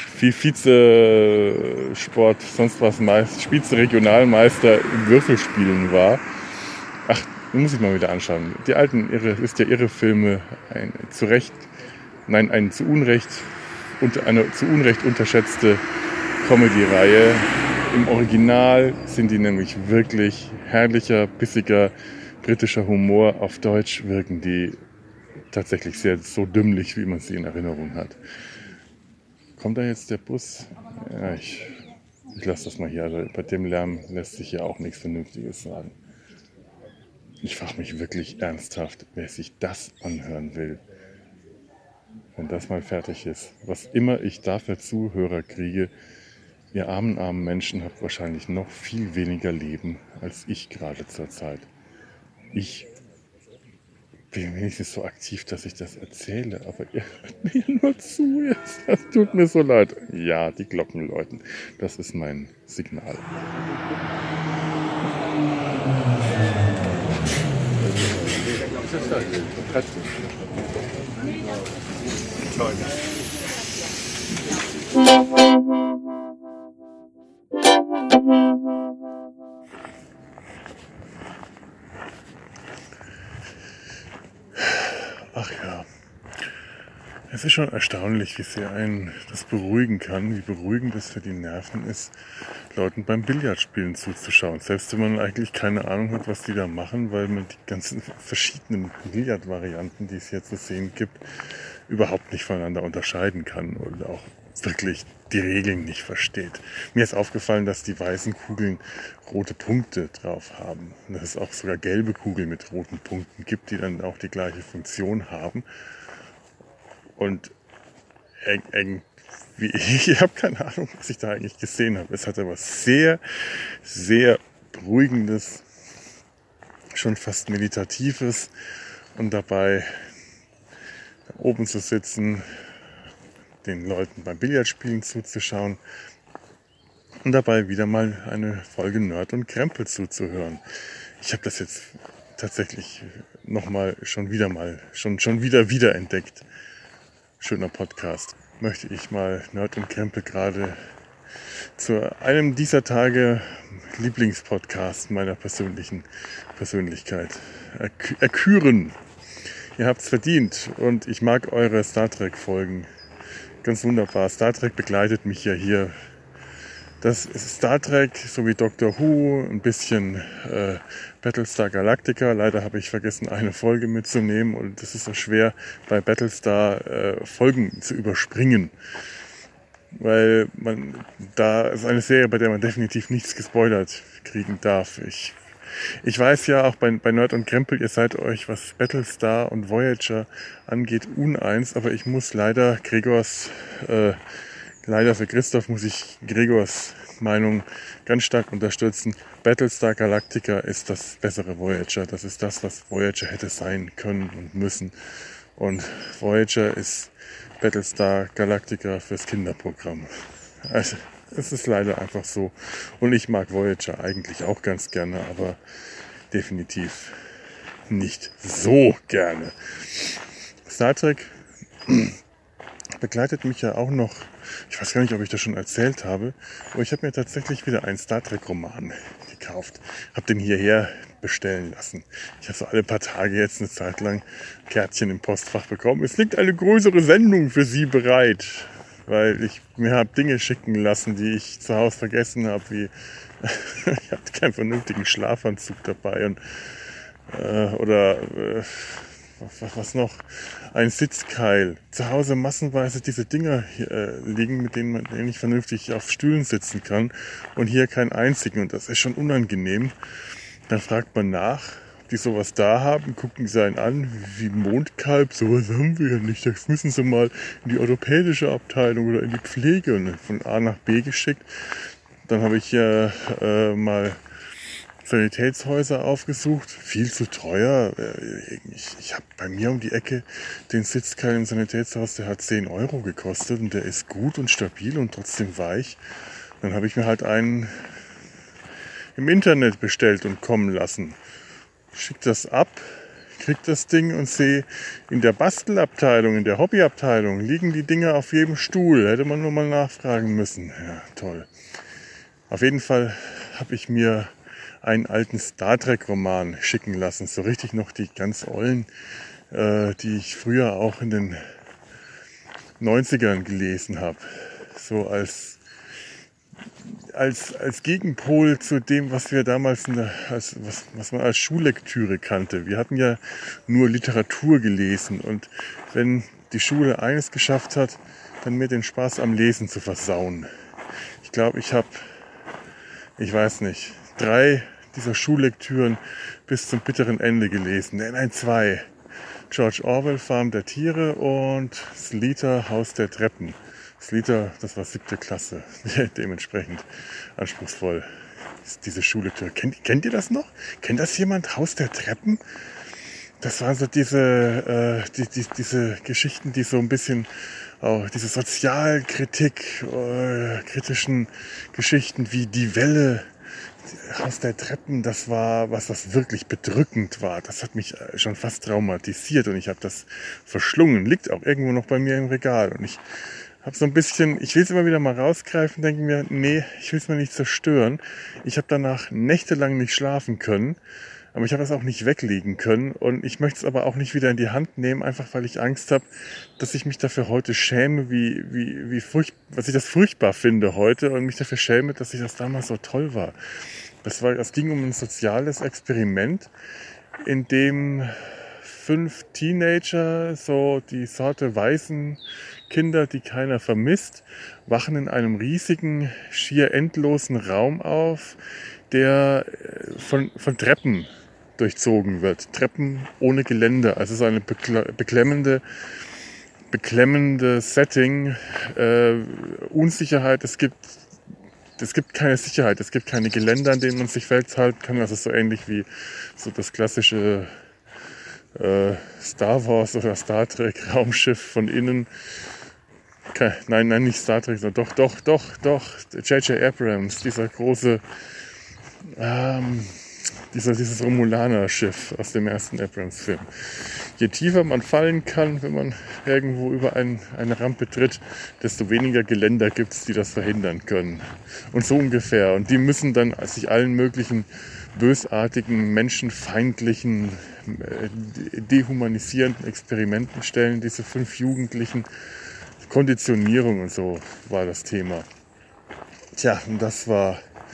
Vize-Sport, sonst was, Vize-Regionalmeister im Würfelspielen war. Ach, muss ich mal wieder anschauen. Die alten irre, ist ja irre Filme, ein zu Recht, nein, ein zu Unrecht, eine zu Unrecht unterschätzte Comedy-Reihe. Im Original sind die nämlich wirklich herrlicher, bissiger, britischer Humor. Auf Deutsch wirken die tatsächlich sehr so dümmlich, wie man sie in Erinnerung hat. Kommt da jetzt der Bus? Ja, ich, ich lasse das mal hier. Also bei dem Lärm lässt sich ja auch nichts Vernünftiges sagen. Ich frage mich wirklich ernsthaft, wer sich das anhören will, wenn das mal fertig ist. Was immer ich da für Zuhörer kriege, ihr armen, armen Menschen habt wahrscheinlich noch viel weniger Leben als ich gerade zur Zeit. Ich bin wenigstens so aktiv, dass ich das erzähle, aber ihr hört mir nur zu jetzt. Das tut mir so leid. Ja, die Glocken läuten. Das ist mein Signal. Ach ja, es ist schon erstaunlich, wie sehr einen das beruhigen kann, wie beruhigend es für die Nerven ist, Leuten beim Billardspielen zuzuschauen. Selbst wenn man eigentlich keine Ahnung hat, was die da machen, weil man die ganzen verschiedenen Billardvarianten, die es hier zu sehen gibt, überhaupt nicht voneinander unterscheiden kann und auch wirklich die Regeln nicht versteht. Mir ist aufgefallen, dass die weißen Kugeln rote Punkte drauf haben. Und dass es auch sogar gelbe Kugeln mit roten Punkten gibt, die dann auch die gleiche Funktion haben. Und irgendwie, ich habe keine Ahnung, was ich da eigentlich gesehen habe. Es hat aber sehr, sehr beruhigendes, schon fast meditatives, und dabei da oben zu sitzen, den Leuten beim Billardspielen zuzuschauen und dabei wieder mal eine Folge Nerd und Krempel zuzuhören. Ich habe das jetzt tatsächlich nochmal schon wieder mal, schon, schon wieder wiederentdeckt. Schöner Podcast. Möchte ich mal Nerd und Krempel gerade zu einem dieser Tage Lieblingspodcast meiner persönlichen Persönlichkeit erk- erküren. Ihr habt's verdient und ich mag eure Star Trek Folgen. Ganz wunderbar. Star Trek begleitet mich ja hier. Das ist Star Trek, so wie Doctor Who, ein bisschen äh, Battlestar Galactica. Leider habe ich vergessen, eine Folge mitzunehmen und es ist so schwer, bei Battlestar äh, Folgen zu überspringen. Weil man da ist eine Serie, bei der man definitiv nichts gespoilert kriegen darf. Ich Ich weiß ja auch bei, bei Nerd und Krempel, ihr seid euch, was Battlestar und Voyager angeht, uneins, aber ich muss leider Gregors, äh, leider für Christoph muss ich Gregors Meinung ganz stark unterstützen. Battlestar Galactica ist das bessere Voyager. Das ist das, was Voyager hätte sein können und müssen. Und Voyager ist Battlestar Galactica fürs Kinderprogramm. Also, es ist leider einfach so. Und ich mag Voyager eigentlich auch ganz gerne, aber definitiv nicht so gerne. Star Trek begleitet mich ja auch noch, ich weiß gar nicht, ob ich das schon erzählt habe, aber ich habe mir tatsächlich wieder einen Star Trek Roman gekauft. Habe den hierher bestellen lassen. Ich habe so alle paar Tage jetzt eine Zeit lang Kärtchen im Postfach bekommen. Es liegt eine größere Sendung für Sie bereit. Weil ich mir habe Dinge schicken lassen, die ich zu Hause vergessen habe, wie ich hatte keinen vernünftigen Schlafanzug dabei und äh, oder äh, was, was noch? Ein Sitzkeil. Zu Hause massenweise diese Dinger hier, äh, liegen, mit denen man nicht vernünftig auf Stühlen sitzen kann. Und hier keinen einzigen. Und das ist schon unangenehm. Dann fragt man nach, ob die sowas da haben, gucken sie einen an, wie Mondkalb, sowas haben wir ja nicht. Das müssen sie mal in die orthopädische Abteilung oder in die Pflege und von A nach B geschickt. Dann habe ich äh, äh, mal Sanitätshäuser aufgesucht, viel zu teuer. Ich, ich habe bei mir um die Ecke den Sitzkeil im Sanitätshaus, der hat zehn Euro gekostet und der ist gut und stabil und trotzdem weich. Dann habe ich mir halt einen im Internet bestellt und kommen lassen. Schick das ab, krieg das Ding und sehe, in der Bastelabteilung, in der Hobbyabteilung liegen die Dinger auf jedem Stuhl. Hätte man nur mal nachfragen müssen. Ja, toll. Auf jeden Fall habe ich mir einen alten Star Trek Roman schicken lassen. So richtig noch die ganz ollen, äh, die ich früher auch in den neunzigern gelesen habe. So als Als, als Gegenpol zu dem, was wir damals, in der, als, was, was man als Schullektüre kannte. Wir hatten ja nur Literatur gelesen und wenn die Schule eines geschafft hat, dann mir den Spaß am Lesen zu versauen. Ich glaube, ich habe, ich weiß nicht, drei dieser Schullektüren bis zum bitteren Ende gelesen. Nein, nein, zwei. George Orwell, Farm der Tiere und Sleater, Haus der Treppen. Sleater, das war siebte Klasse, dementsprechend anspruchsvoll ist diese Schullektüre. Kennt, kennt ihr das noch? Kennt das jemand? Haus der Treppen? Das waren so diese, äh, die, die, diese Geschichten, die so ein bisschen, auch diese Sozialkritik, äh, kritischen Geschichten wie Die Welle, Haus der Treppen, das war was, was wirklich bedrückend war. Das hat mich schon fast traumatisiert und ich habe das verschlungen. Liegt auch irgendwo noch bei mir im Regal und ich habe so ein bisschen, ich will es immer wieder mal rausgreifen, denke mir, nee, ich will es mir nicht zerstören. Ich habe danach nächtelang nicht schlafen können, aber ich habe es auch nicht weglegen können und ich möchte es aber auch nicht wieder in die Hand nehmen, einfach weil ich Angst habe, dass ich mich dafür heute schäme, wie, wie, wie furcht, was ich das furchtbar finde heute und mich dafür schäme, dass ich das damals so toll war. Das war, es ging um ein soziales Experiment, in dem fünf Teenager, so die Sorte weißen Kinder, die keiner vermisst, wachen in einem riesigen, schier endlosen Raum auf, der von, von Treppen durchzogen wird. Treppen ohne Geländer. Also so eine beklemmende, beklemmende Setting. Äh, Unsicherheit. Es gibt, es gibt keine Sicherheit. Es gibt keine Geländer, an denen man sich festhalten kann. Also so ähnlich wie so das klassische äh, Star Wars oder Star Trek Raumschiff von innen. Okay, nein, nein, nicht Star Trek, sondern doch, doch, doch, doch, J J Abrams, dieser große, ähm, dieser, dieses Romulaner-Schiff aus dem ersten Abrams-Film. Je tiefer man fallen kann, wenn man irgendwo über ein, eine Rampe tritt, desto weniger Geländer gibt es, die das verhindern können. Und so ungefähr. Und die müssen dann sich allen möglichen bösartigen, menschenfeindlichen, dehumanisierenden Experimenten stellen, diese fünf Jugendlichen. Konditionierung und so war das Thema. Tja, und das war,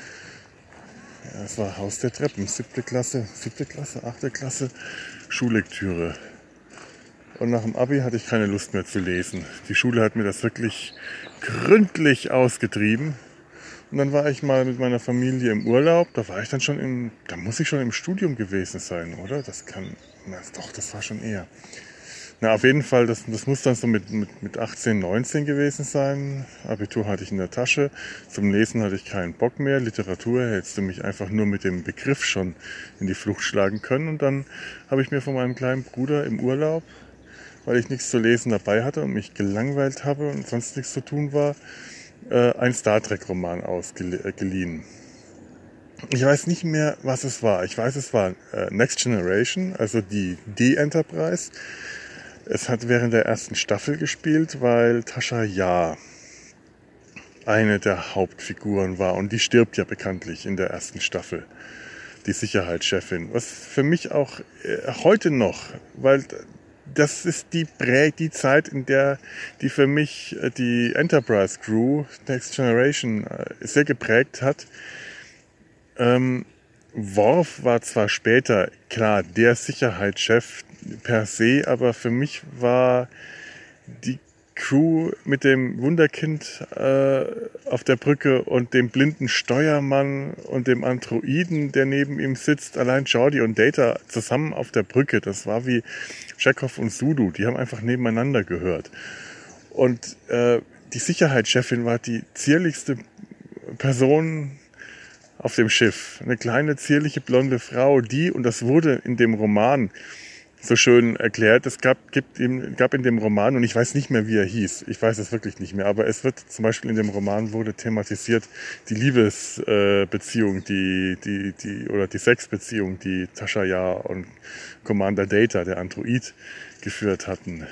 ja, das war Haus der Treppen, siebte Klasse, siebte Klasse, achte Klasse, Schullektüre. Und nach dem Abi hatte ich keine Lust mehr zu lesen. Die Schule hat mir das wirklich gründlich ausgetrieben. Und dann war ich mal mit meiner Familie im Urlaub. Da war ich dann schon im, da muss ich schon im Studium gewesen sein, oder? Das kann, na, doch, das war schon eher. Na, auf jeden Fall, das, das muss dann so mit, mit, mit achtzehn, neunzehn gewesen sein. Abitur hatte ich in der Tasche. Zum Lesen hatte ich keinen Bock mehr. Literatur hättest du mich einfach nur mit dem Begriff schon in die Flucht schlagen können. Und dann habe ich mir von meinem kleinen Bruder im Urlaub, weil ich nichts zu lesen dabei hatte und mich gelangweilt habe und sonst nichts zu tun war, äh, einen Star Trek Roman ausgeliehen. Ich weiß nicht mehr, was es war. Ich weiß, es war äh, Next Generation, also die D-Enterprise. Es hat während der ersten Staffel gespielt, weil Tasha Yar eine der Hauptfiguren war. Und die stirbt ja bekanntlich in der ersten Staffel, die Sicherheitschefin. Was für mich auch äh, heute noch, weil das ist die, Prä- die Zeit, in der die für mich äh, die Enterprise Crew, Next Generation, äh, sehr geprägt hat. Ähm, Worf war zwar später, klar, der Sicherheitschef per se, aber für mich war die Crew mit dem Wunderkind äh, auf der Brücke und dem blinden Steuermann und dem Androiden, der neben ihm sitzt, allein Geordi und Data zusammen auf der Brücke, das war wie Chekhov und Zulu, die haben einfach nebeneinander gehört. Und äh, die Sicherheitschefin war die zierlichste Person auf dem Schiff. Eine kleine, zierliche, blonde Frau, die, und das wurde in dem Roman so schön erklärt, es gab, gibt ihm, gab in dem Roman, und ich weiß nicht mehr, wie er hieß, ich weiß es wirklich nicht mehr, aber es wird zum Beispiel in dem Roman wurde thematisiert die Liebesbeziehung, äh, die, die, die, oder die Sexbeziehung, die Tasha Yar und Commander Data, der Android, geführt hatten.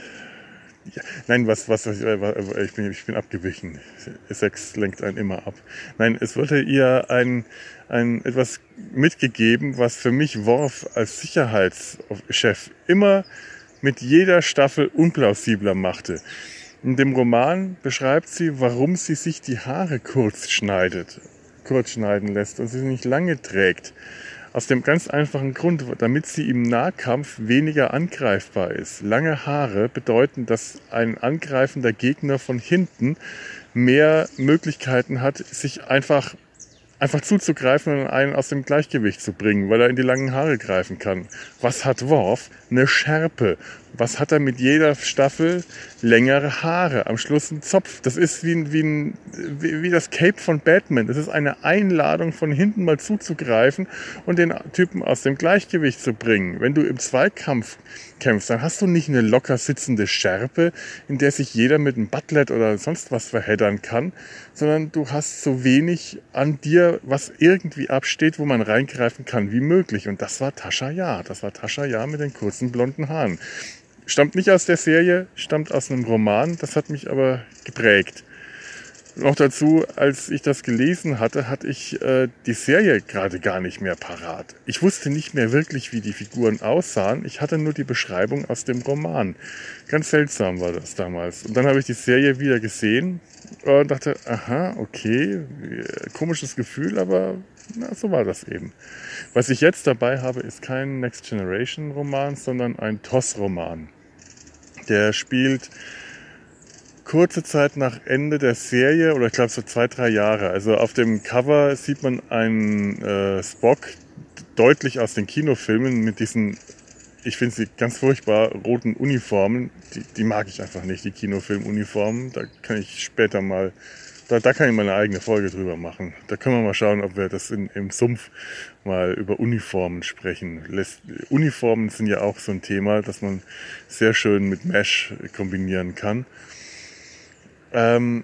Ja, nein, was, was, ich bin, ich bin abgewichen. Sex lenkt einen immer ab. Nein, es wurde ihr ein, ein, etwas mitgegeben, was für mich Worf als Sicherheitschef immer mit jeder Staffel unplausibler machte. In dem Roman beschreibt sie, warum sie sich die Haare kurz schneidet, kurz schneiden lässt und sie nicht lange trägt. Aus dem ganz einfachen Grund, damit sie im Nahkampf weniger angreifbar ist. Lange Haare bedeuten, dass ein angreifender Gegner von hinten mehr Möglichkeiten hat, sich einfach, einfach zuzugreifen und einen aus dem Gleichgewicht zu bringen, weil er in die langen Haare greifen kann. Was hat Worf? Eine Schärpe. Was hat er mit jeder Staffel? Längere Haare, am Schluss ein Zopf. Das ist wie, ein, wie, ein, wie, wie das Cape von Batman. Das ist eine Einladung, von hinten mal zuzugreifen und den Typen aus dem Gleichgewicht zu bringen. Wenn du im Zweikampf kämpfst, dann hast du nicht eine locker sitzende Schärpe, in der sich jeder mit einem Butlet oder sonst was verheddern kann, sondern du hast so wenig an dir, was irgendwie absteht, wo man reingreifen kann, wie möglich. Und das war Tasha Yar. Das war Tasha Yar mit den kurzen blonden Haaren. Stammt nicht aus der Serie, stammt aus einem Roman. Das hat mich aber geprägt. Noch dazu, als ich das gelesen hatte, hatte ich äh, die Serie gerade gar nicht mehr parat. Ich wusste nicht mehr wirklich, wie die Figuren aussahen. Ich hatte nur die Beschreibung aus dem Roman. Ganz seltsam war das damals. Und dann habe ich die Serie wieder gesehen und dachte, aha, okay, komisches Gefühl, aber na, so war das eben. Was ich jetzt dabei habe, ist kein Next Generation Roman, sondern ein T O S-Roman. Der spielt kurze Zeit nach Ende der Serie, oder ich glaube so zwei, drei Jahre. Also auf dem Cover sieht man einen äh, Spock deutlich aus den Kinofilmen mit diesen, ich finde sie ganz furchtbar, roten Uniformen. Die, die mag ich einfach nicht, die Kinofilmuniformen. Da kann ich später mal, da, da kann ich mal eine eigene Folge drüber machen. Da können wir mal schauen, ob wir das in, im Sumpf mal über Uniformen sprechen. Lässt, Uniformen sind ja auch so ein Thema, das man sehr schön mit Mesh kombinieren kann. Ähm,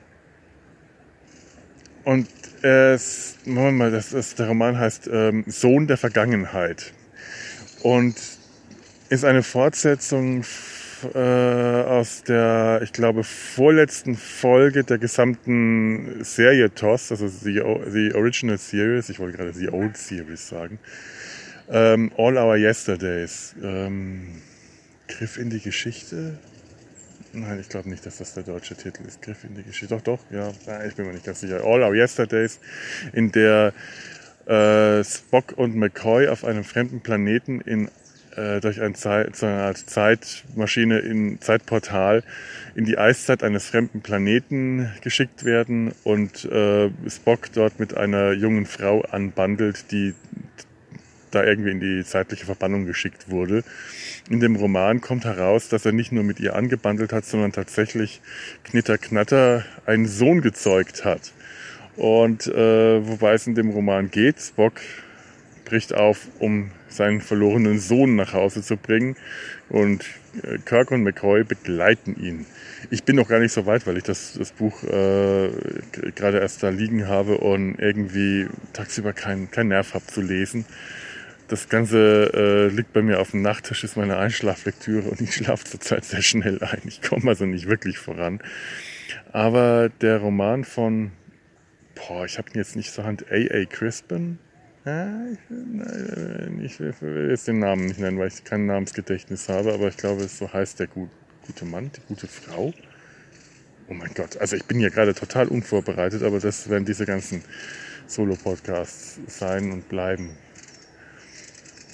und es, machen wir mal, das, das, der Roman heißt ähm, Sohn der Vergangenheit und ist eine Fortsetzung f- äh, aus der, ich glaube, vorletzten Folge der gesamten Serie T O S, also die, die Original Series, ich wollte gerade die Old Series sagen, ähm, All Our Yesterdays, ähm, Griff in die Geschichte. Nein, ich glaube nicht, dass das der deutsche Titel ist. Griff in die Geschichte. Doch, doch, ja. Ich bin mir nicht ganz sicher. All Our Yesterdays, in der äh, Spock und McCoy auf einem fremden Planeten in, äh, durch ein Zeit, so eine Art Zeitmaschine, in Zeitportal in die Eiszeit eines fremden Planeten geschickt werden und äh, Spock dort mit einer jungen Frau anbandelt, die da irgendwie in die zeitliche Verbannung geschickt wurde. In dem Roman kommt heraus, dass er nicht nur mit ihr angebandelt hat, sondern tatsächlich Knitter Knatter einen Sohn gezeugt hat. Und äh, wobei es in dem Roman geht, Spock bricht auf, um seinen verlorenen Sohn nach Hause zu bringen und äh, Kirk und McCoy begleiten ihn. Ich bin noch gar nicht so weit, weil ich das, das Buch äh, gerade erst da liegen habe und irgendwie tagsüber keinen kein Nerv habe zu lesen. Das Ganze äh, liegt bei mir auf dem Nachttisch, ist meine Einschlaflektüre und ich schlafe zurzeit sehr schnell ein. Ich komme also nicht wirklich voran. Aber der Roman von, boah, ich habe ihn jetzt nicht zur Hand, A A Crispin? Ja, ich, nein, ich will jetzt den Namen nicht nennen, weil ich kein Namensgedächtnis habe, aber ich glaube, so heißt der gut, gute Mann, die gute Frau. Oh mein Gott, also ich bin hier gerade total unvorbereitet, aber das werden diese ganzen Solo-Podcasts sein und bleiben.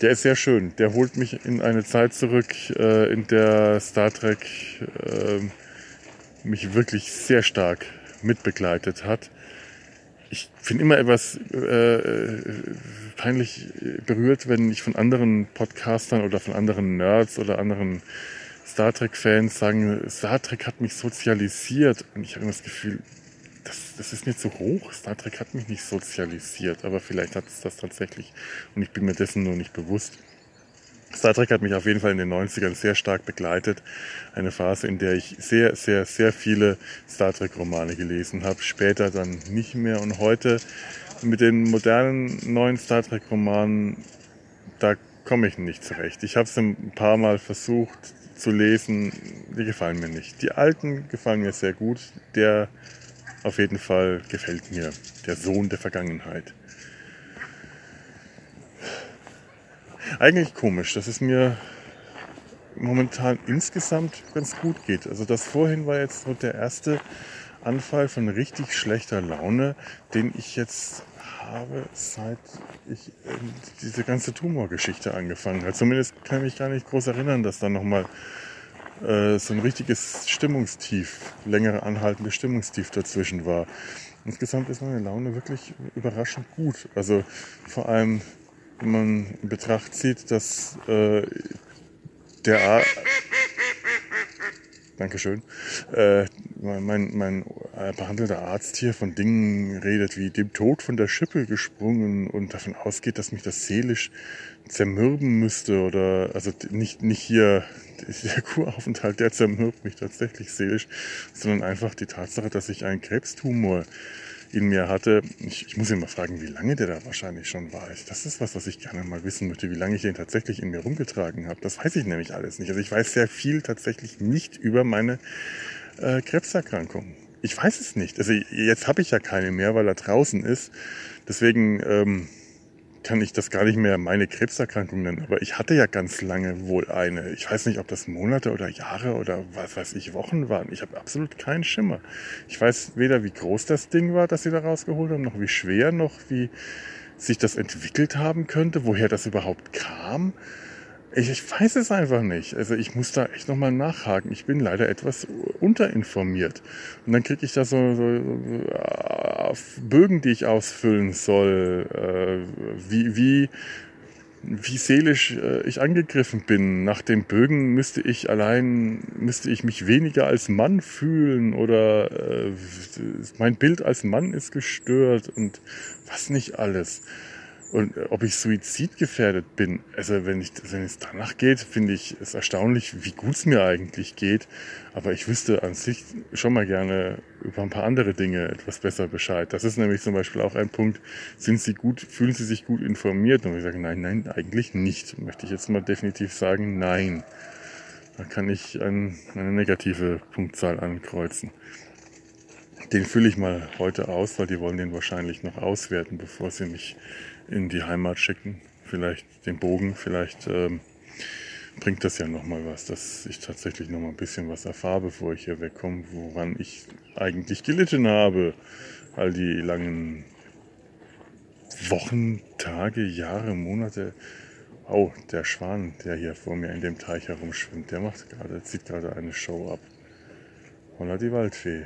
Der ist sehr schön. Der holt mich in eine Zeit zurück, äh, in der Star Trek äh, mich wirklich sehr stark mitbegleitet hat. Ich bin immer etwas äh, peinlich berührt, wenn ich von anderen Podcastern oder von anderen Nerds oder anderen Star Trek-Fans sagen, Star Trek hat mich sozialisiert. Und ich habe immer das Gefühl, das, das ist nicht so hoch. Star Trek hat mich nicht sozialisiert, aber vielleicht hat es das tatsächlich und ich bin mir dessen nur nicht bewusst. Star Trek hat mich auf jeden Fall in den neunzigern sehr stark begleitet. Eine Phase, in der ich sehr, sehr, sehr viele Star Trek-Romane gelesen habe. Später dann nicht mehr. Und heute mit den modernen neuen Star Trek-Romanen, da komme ich nicht zurecht. Ich habe es ein paar Mal versucht zu lesen. Die gefallen mir nicht. Die alten gefallen mir sehr gut. Der auf jeden Fall gefällt mir. Der Sohn der Vergangenheit. Eigentlich komisch, dass es mir momentan insgesamt ganz gut geht. Also das vorhin war jetzt so der erste Anfall von richtig schlechter Laune, den ich jetzt habe, seit ich äh, diese ganze Tumorgeschichte angefangen habe. Zumindest kann ich mich gar nicht groß erinnern, dass da nochmal äh, so ein richtiges Stimmungstief, längere anhaltendes Stimmungstief dazwischen war. Insgesamt ist meine Laune wirklich überraschend gut. Also vor allem, wenn man in Betracht zieht, dass äh, der Ar- Dankeschön, äh, mein, mein äh, behandelter Arzt hier von Dingen redet wie dem Tod von der Schippe gesprungen und davon ausgeht, dass mich das seelisch zermürben müsste oder, also nicht, nicht hier der Kuraufenthalt, der zermürbt mich tatsächlich seelisch, sondern einfach die Tatsache, dass ich einen Krebstumor in mir hatte. Ich, ich muss ihn mal fragen, wie lange der da wahrscheinlich schon war. Das ist was, was ich gerne mal wissen möchte, wie lange ich den tatsächlich in mir rumgetragen habe. Das weiß ich nämlich alles nicht. Also ich weiß sehr viel tatsächlich nicht über meine äh, Krebserkrankung. Ich weiß es nicht. Also jetzt habe ich ja keine mehr, weil er draußen ist. Deswegen ähm, kann ich das gar nicht mehr meine Krebserkrankung nennen. Aber ich hatte ja ganz lange wohl eine. Ich weiß nicht, ob das Monate oder Jahre oder was weiß ich, Wochen waren. Ich habe absolut keinen Schimmer. Ich weiß weder, wie groß das Ding war, das sie da rausgeholt haben, noch wie schwer, noch wie sich das entwickelt haben könnte, woher das überhaupt kam. Ich, ich weiß es einfach nicht. Also ich muss da echt nochmal nachhaken. Ich bin leider etwas unterinformiert. Und dann kriege ich da so, so äh, Bögen, die ich ausfüllen soll, äh, wie, wie, wie seelisch äh, ich angegriffen bin. Nach den Bögen müsste ich allein, müsste ich mich weniger als Mann fühlen oder äh, mein Bild als Mann ist gestört und was nicht alles. Und ob ich suizidgefährdet bin, also wenn ich, wenn es danach geht, finde ich es erstaunlich, wie gut es mir eigentlich geht. Aber ich wüsste an sich schon mal gerne über ein paar andere Dinge etwas besser Bescheid. Das ist nämlich zum Beispiel auch ein Punkt, sind Sie gut, fühlen Sie sich gut informiert? Und ich sage, nein, nein, eigentlich nicht. Möchte ich jetzt mal definitiv sagen, nein. Da kann ich ein, eine negative Punktzahl ankreuzen. Den fülle ich mal heute aus, weil die wollen den wahrscheinlich noch auswerten, bevor sie mich in die Heimat schicken. Vielleicht den Bogen, vielleicht ähm, bringt das ja nochmal was, dass ich tatsächlich nochmal ein bisschen was erfahre, bevor ich hier wegkomme, woran ich eigentlich gelitten habe. All die langen Wochen, Tage, Jahre, Monate. Oh, der Schwan, der hier vor mir in dem Teich herumschwimmt, der macht gerade, zieht gerade eine Show ab. Holla die Waldfee.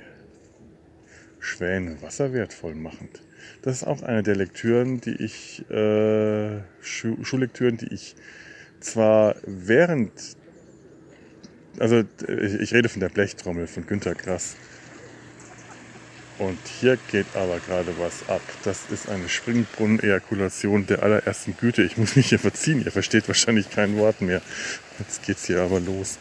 Schwäne, wasserwertvoll machend. Das ist auch eine der Lektüren, die ich, äh, Schu- Schullektüren, die ich zwar während, also ich, ich rede von der Blechtrommel von Günter Grass. Und hier geht aber gerade was ab. Das ist eine Springbrunnen-Ejakulation der allerersten Güte. Ich muss mich hier verziehen, ihr versteht wahrscheinlich kein Wort mehr. Jetzt geht's hier aber los.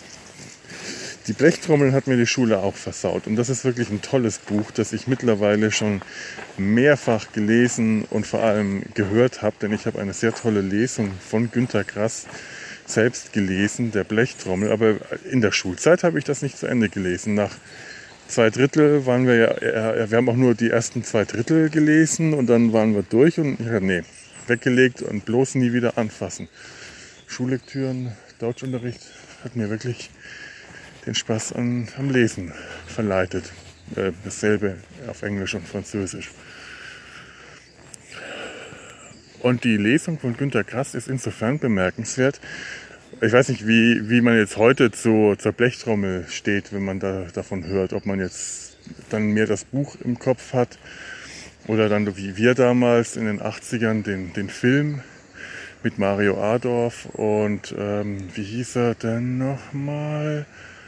Die Blechtrommel hat mir die Schule auch versaut. Und das ist wirklich ein tolles Buch, das ich mittlerweile schon mehrfach gelesen und vor allem gehört habe. Denn ich habe eine sehr tolle Lesung von Günter Grass selbst gelesen, der Blechtrommel. Aber in der Schulzeit habe ich das nicht zu Ende gelesen. Nach zwei Drittel waren wir ja, wir haben auch nur die ersten zwei Drittel gelesen und dann waren wir durch. Und ich habe, nee, weggelegt und bloß nie wieder anfassen. Schullektüren, Deutschunterricht hat mir wirklich den Spaß an, am Lesen verleitet. Äh, dasselbe auf Englisch und Französisch. Und die Lesung von Günter Grass ist insofern bemerkenswert. Ich weiß nicht, wie, wie man jetzt heute zu, zur Blechtrommel steht, wenn man da, davon hört. Ob man jetzt dann mehr das Buch im Kopf hat oder dann wie wir damals in den achtzigern den, den Film mit Mario Adorf und ähm, wie hieß er denn nochmal?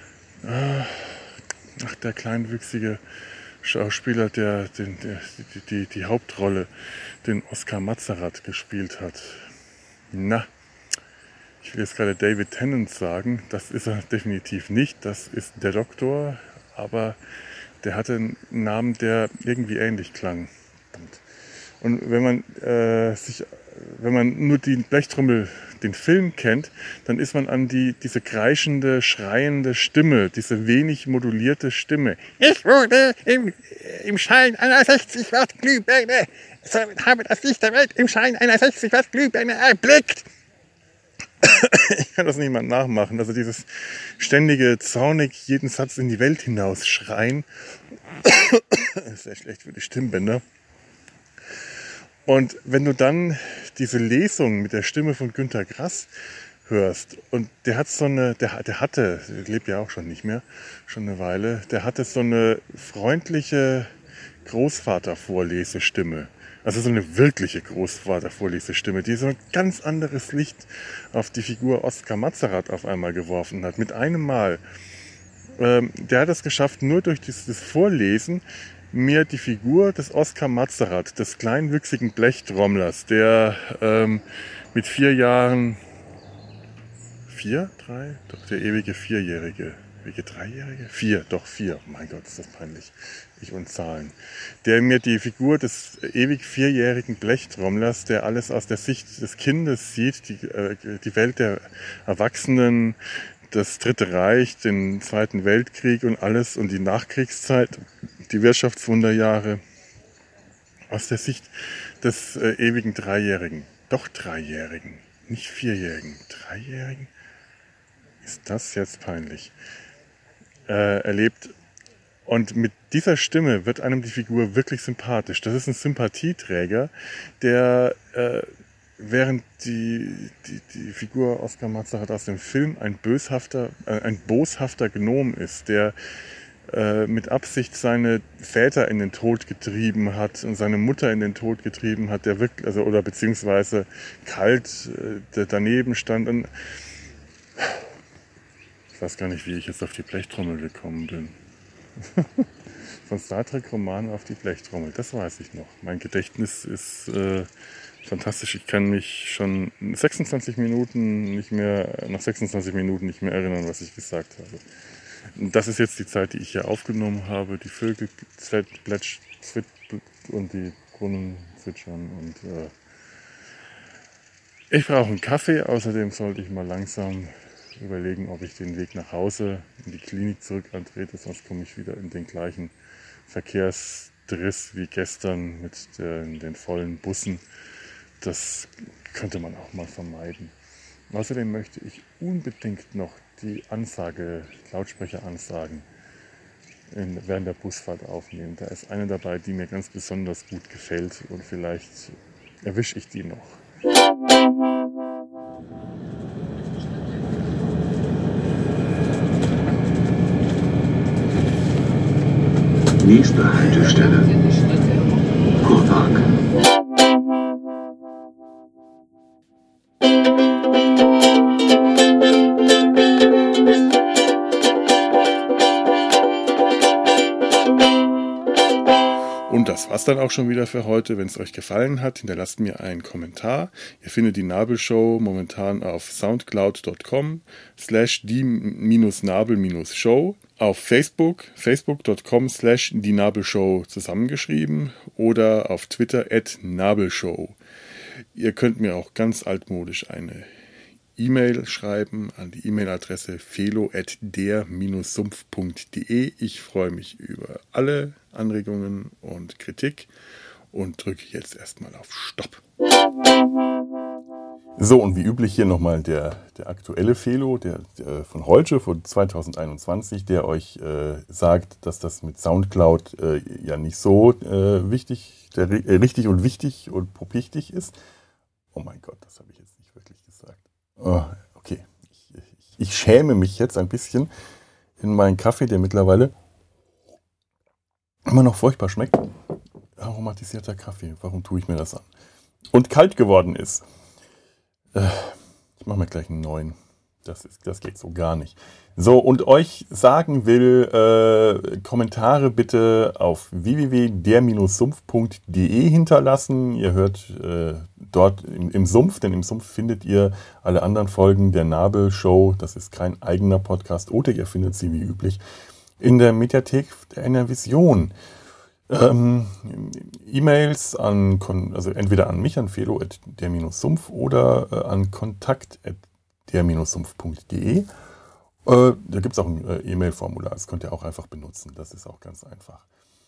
Ach, der kleinwüchsige Schauspieler, der, den, der die, die, die Hauptrolle, den Oskar Matzerath gespielt hat. Na, ich will jetzt gerade David Tennant sagen, das ist er definitiv nicht, das ist der Doktor, aber der hatte einen Namen, der irgendwie ähnlich klang. Und wenn man äh, sich, wenn man nur die Blechtrommel, den Film kennt, dann ist man an die diese kreischende, schreiende Stimme, diese wenig modulierte Stimme. Ich wurde im, im Schein einer sechzig Watt Glühbirne, habe das Licht der Welt im Schein einer sechzig Watt Glühbirne erblickt. Ich kann das nicht mal nachmachen. Also dieses ständige, zornig jeden Satz in die Welt hinaus schreien. Das ist sehr schlecht für die Stimmbänder. Und wenn du dann diese Lesung mit der Stimme von Günter Grass hörst, und der hat so eine, der, der hatte, der lebt ja auch schon nicht mehr, schon eine Weile, der hatte so eine freundliche Großvatervorlesestimme. Also so eine wirkliche Großvatervorlesestimme, die so ein ganz anderes Licht auf die Figur Oskar Matzerath auf einmal geworfen hat. Mit einem Mal. Ähm, der hat es geschafft, nur durch dieses Vorlesen mir die Figur des Oskar Matzerath, des kleinwüchsigen Blechtrommlers, der ähm, mit vier Jahren, vier, drei, doch der ewige Vierjährige, ewige Dreijährige, vier, doch vier, oh mein Gott, ist das peinlich, ich und Zahlen, der mir die Figur des ewig vierjährigen Blechtrommlers, der alles aus der Sicht des Kindes sieht, die, äh, die Welt der Erwachsenen, das Dritte Reich, den Zweiten Weltkrieg und alles und die Nachkriegszeit, die Wirtschaftswunderjahre aus der Sicht des äh, ewigen Dreijährigen, doch Dreijährigen, nicht Vierjährigen, Dreijährigen, ist das jetzt peinlich, äh, erlebt. Und mit dieser Stimme wird einem die Figur wirklich sympathisch. Das ist ein Sympathieträger, der äh, während die, die, die Figur Oskar Matzerath aus dem Film ein böshafter, äh, ein boshafter Gnom ist, der äh, mit Absicht seine Väter in den Tod getrieben hat und seine Mutter in den Tod getrieben hat, der wirklich, also oder beziehungsweise kalt äh, der daneben stand. Und ich weiß gar nicht, wie ich jetzt auf die Blechtrommel gekommen bin. Von Star Trek Roman auf die Blechtrommel, das weiß ich noch. Mein Gedächtnis ist äh, fantastisch. Ich kann mich schon sechsundzwanzig Minuten nicht mehr, nach sechsundzwanzig Minuten nicht mehr erinnern, was ich gesagt habe. Und das ist jetzt die Zeit, die ich hier aufgenommen habe. Die Vögel plätsch, zwit und die Brunnen zwitschern. Und äh, ich brauche einen Kaffee. Außerdem sollte ich mal langsam überlegen, ob ich den Weg nach Hause in die Klinik zurück antrete. Sonst komme ich wieder in den gleichen Verkehrsdriss wie gestern mit den, den vollen Bussen. Das könnte man auch mal vermeiden. Außerdem möchte ich unbedingt noch die Ansage, Lautsprecheransagen in, während der Busfahrt aufnehmen. Da ist eine dabei, die mir ganz besonders gut gefällt und vielleicht erwische ich die noch.
Nächste Haltestelle Kurpark.
Und das war's dann auch schon wieder für heute. Wenn es euch gefallen hat, hinterlasst mir einen Kommentar. Ihr findet die Nabelshow momentan auf soundcloud punkt com slash die Nabel Show, auf Facebook, facebook punkt com slash die Nabelshow zusammengeschrieben oder auf Twitter at Nabelshow. Ihr könnt mir auch ganz altmodisch eine E-Mail schreiben an die E-Mail-Adresse felo at der sumpf punkt de. Ich freue mich über alle Anregungen und Kritik und drücke jetzt erstmal auf Stopp. So, und wie üblich hier nochmal der, der aktuelle Felo, der, der von heute, von zwanzig einundzwanzig, der euch äh, sagt, dass das mit Soundcloud äh, ja nicht so äh, wichtig, der, äh, richtig und wichtig und propichtig ist. Oh mein Gott, das habe ich jetzt nicht wirklich gesagt. Oh, okay, ich, ich, ich schäme mich jetzt ein bisschen in meinen Kaffee, der mittlerweile immer noch furchtbar schmeckt. Aromatisierter Kaffee, warum tue ich mir das an? Und kalt geworden ist. Äh, ich mache mir gleich einen neuen. Das, ist, das geht so gar nicht. So, und euch sagen will, äh, Kommentare bitte auf w w w punkt der Bindestrich sumpf punkt d e hinterlassen. Ihr hört äh, dort im, im Sumpf, denn im Sumpf findet ihr alle anderen Folgen der Nabel-Show. Das ist kein eigener Podcast. Oder ihr findet sie wie üblich in der Mediathek der N R Vision. Ähm, E-Mails an, also entweder an mich, an felo at der Bindestrich sumpf oder äh, an kontakt at der Bindestrich sumpf punkt d e. Äh, da gibt es auch ein äh, E-Mail-Formular, das könnt ihr auch einfach benutzen, das ist auch ganz einfach.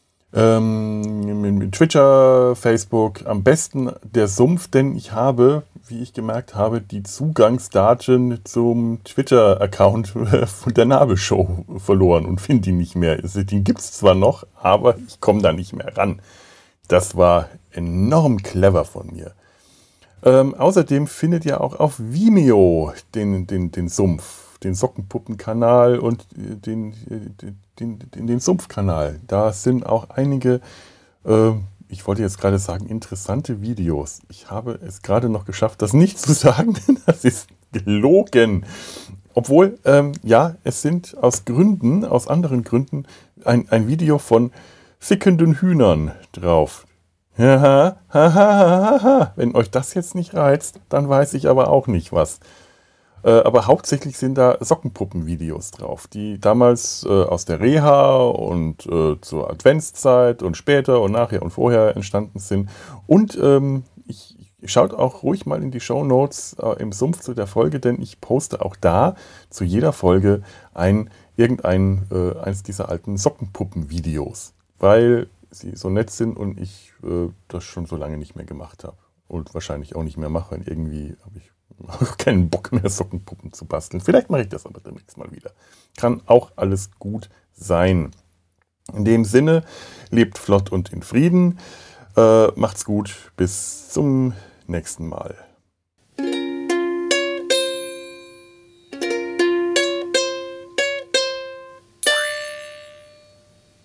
Ähm, mit, mit Twitter, Facebook, am besten der Sumpf, denn ich habe, wie ich gemerkt habe, die Zugangsdaten zum Twitter-Account von der Nabel-Show verloren und finde die nicht mehr. Den gibt es zwar noch, aber ich komme da nicht mehr ran. Das war enorm clever von mir. Ähm, außerdem findet ihr auch auf Vimeo den, den, den Sumpf, den Sockenpuppen-Kanal und den, den, den, den, den Sumpf-Kanal. Da sind auch einige, äh, ich wollte jetzt gerade sagen, interessante Videos. Ich habe es gerade noch geschafft, das nicht zu sagen, denn das ist gelogen. Obwohl, ähm, ja, es sind aus Gründen, aus anderen Gründen, ein, ein Video von fickenden Hühnern drauf. Haha, haha, haha. Wenn euch das jetzt nicht reizt, dann weiß ich aber auch nicht was. Äh, aber hauptsächlich sind da Sockenpuppen-Videos drauf, die damals äh, aus der Reha und äh, zur Adventszeit und später und nachher und vorher entstanden sind. Und ähm, ich, schaut auch ruhig mal in die Shownotes äh, im Sumpf zu der Folge, denn ich poste auch da zu jeder Folge ein irgendein äh, eins dieser alten Sockenpuppen-Videos, weil sie so nett sind und ich äh, das schon so lange nicht mehr gemacht habe und wahrscheinlich auch nicht mehr mache. Und irgendwie habe ich keinen Bock mehr, Sockenpuppen zu basteln. Vielleicht mache ich das aber demnächst mal wieder. Kann auch alles gut sein. In dem Sinne, lebt flott und in Frieden. Äh, macht's gut. Bis zum nächsten Mal.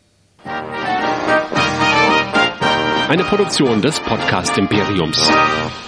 Eine Produktion des Podcast Imperiums.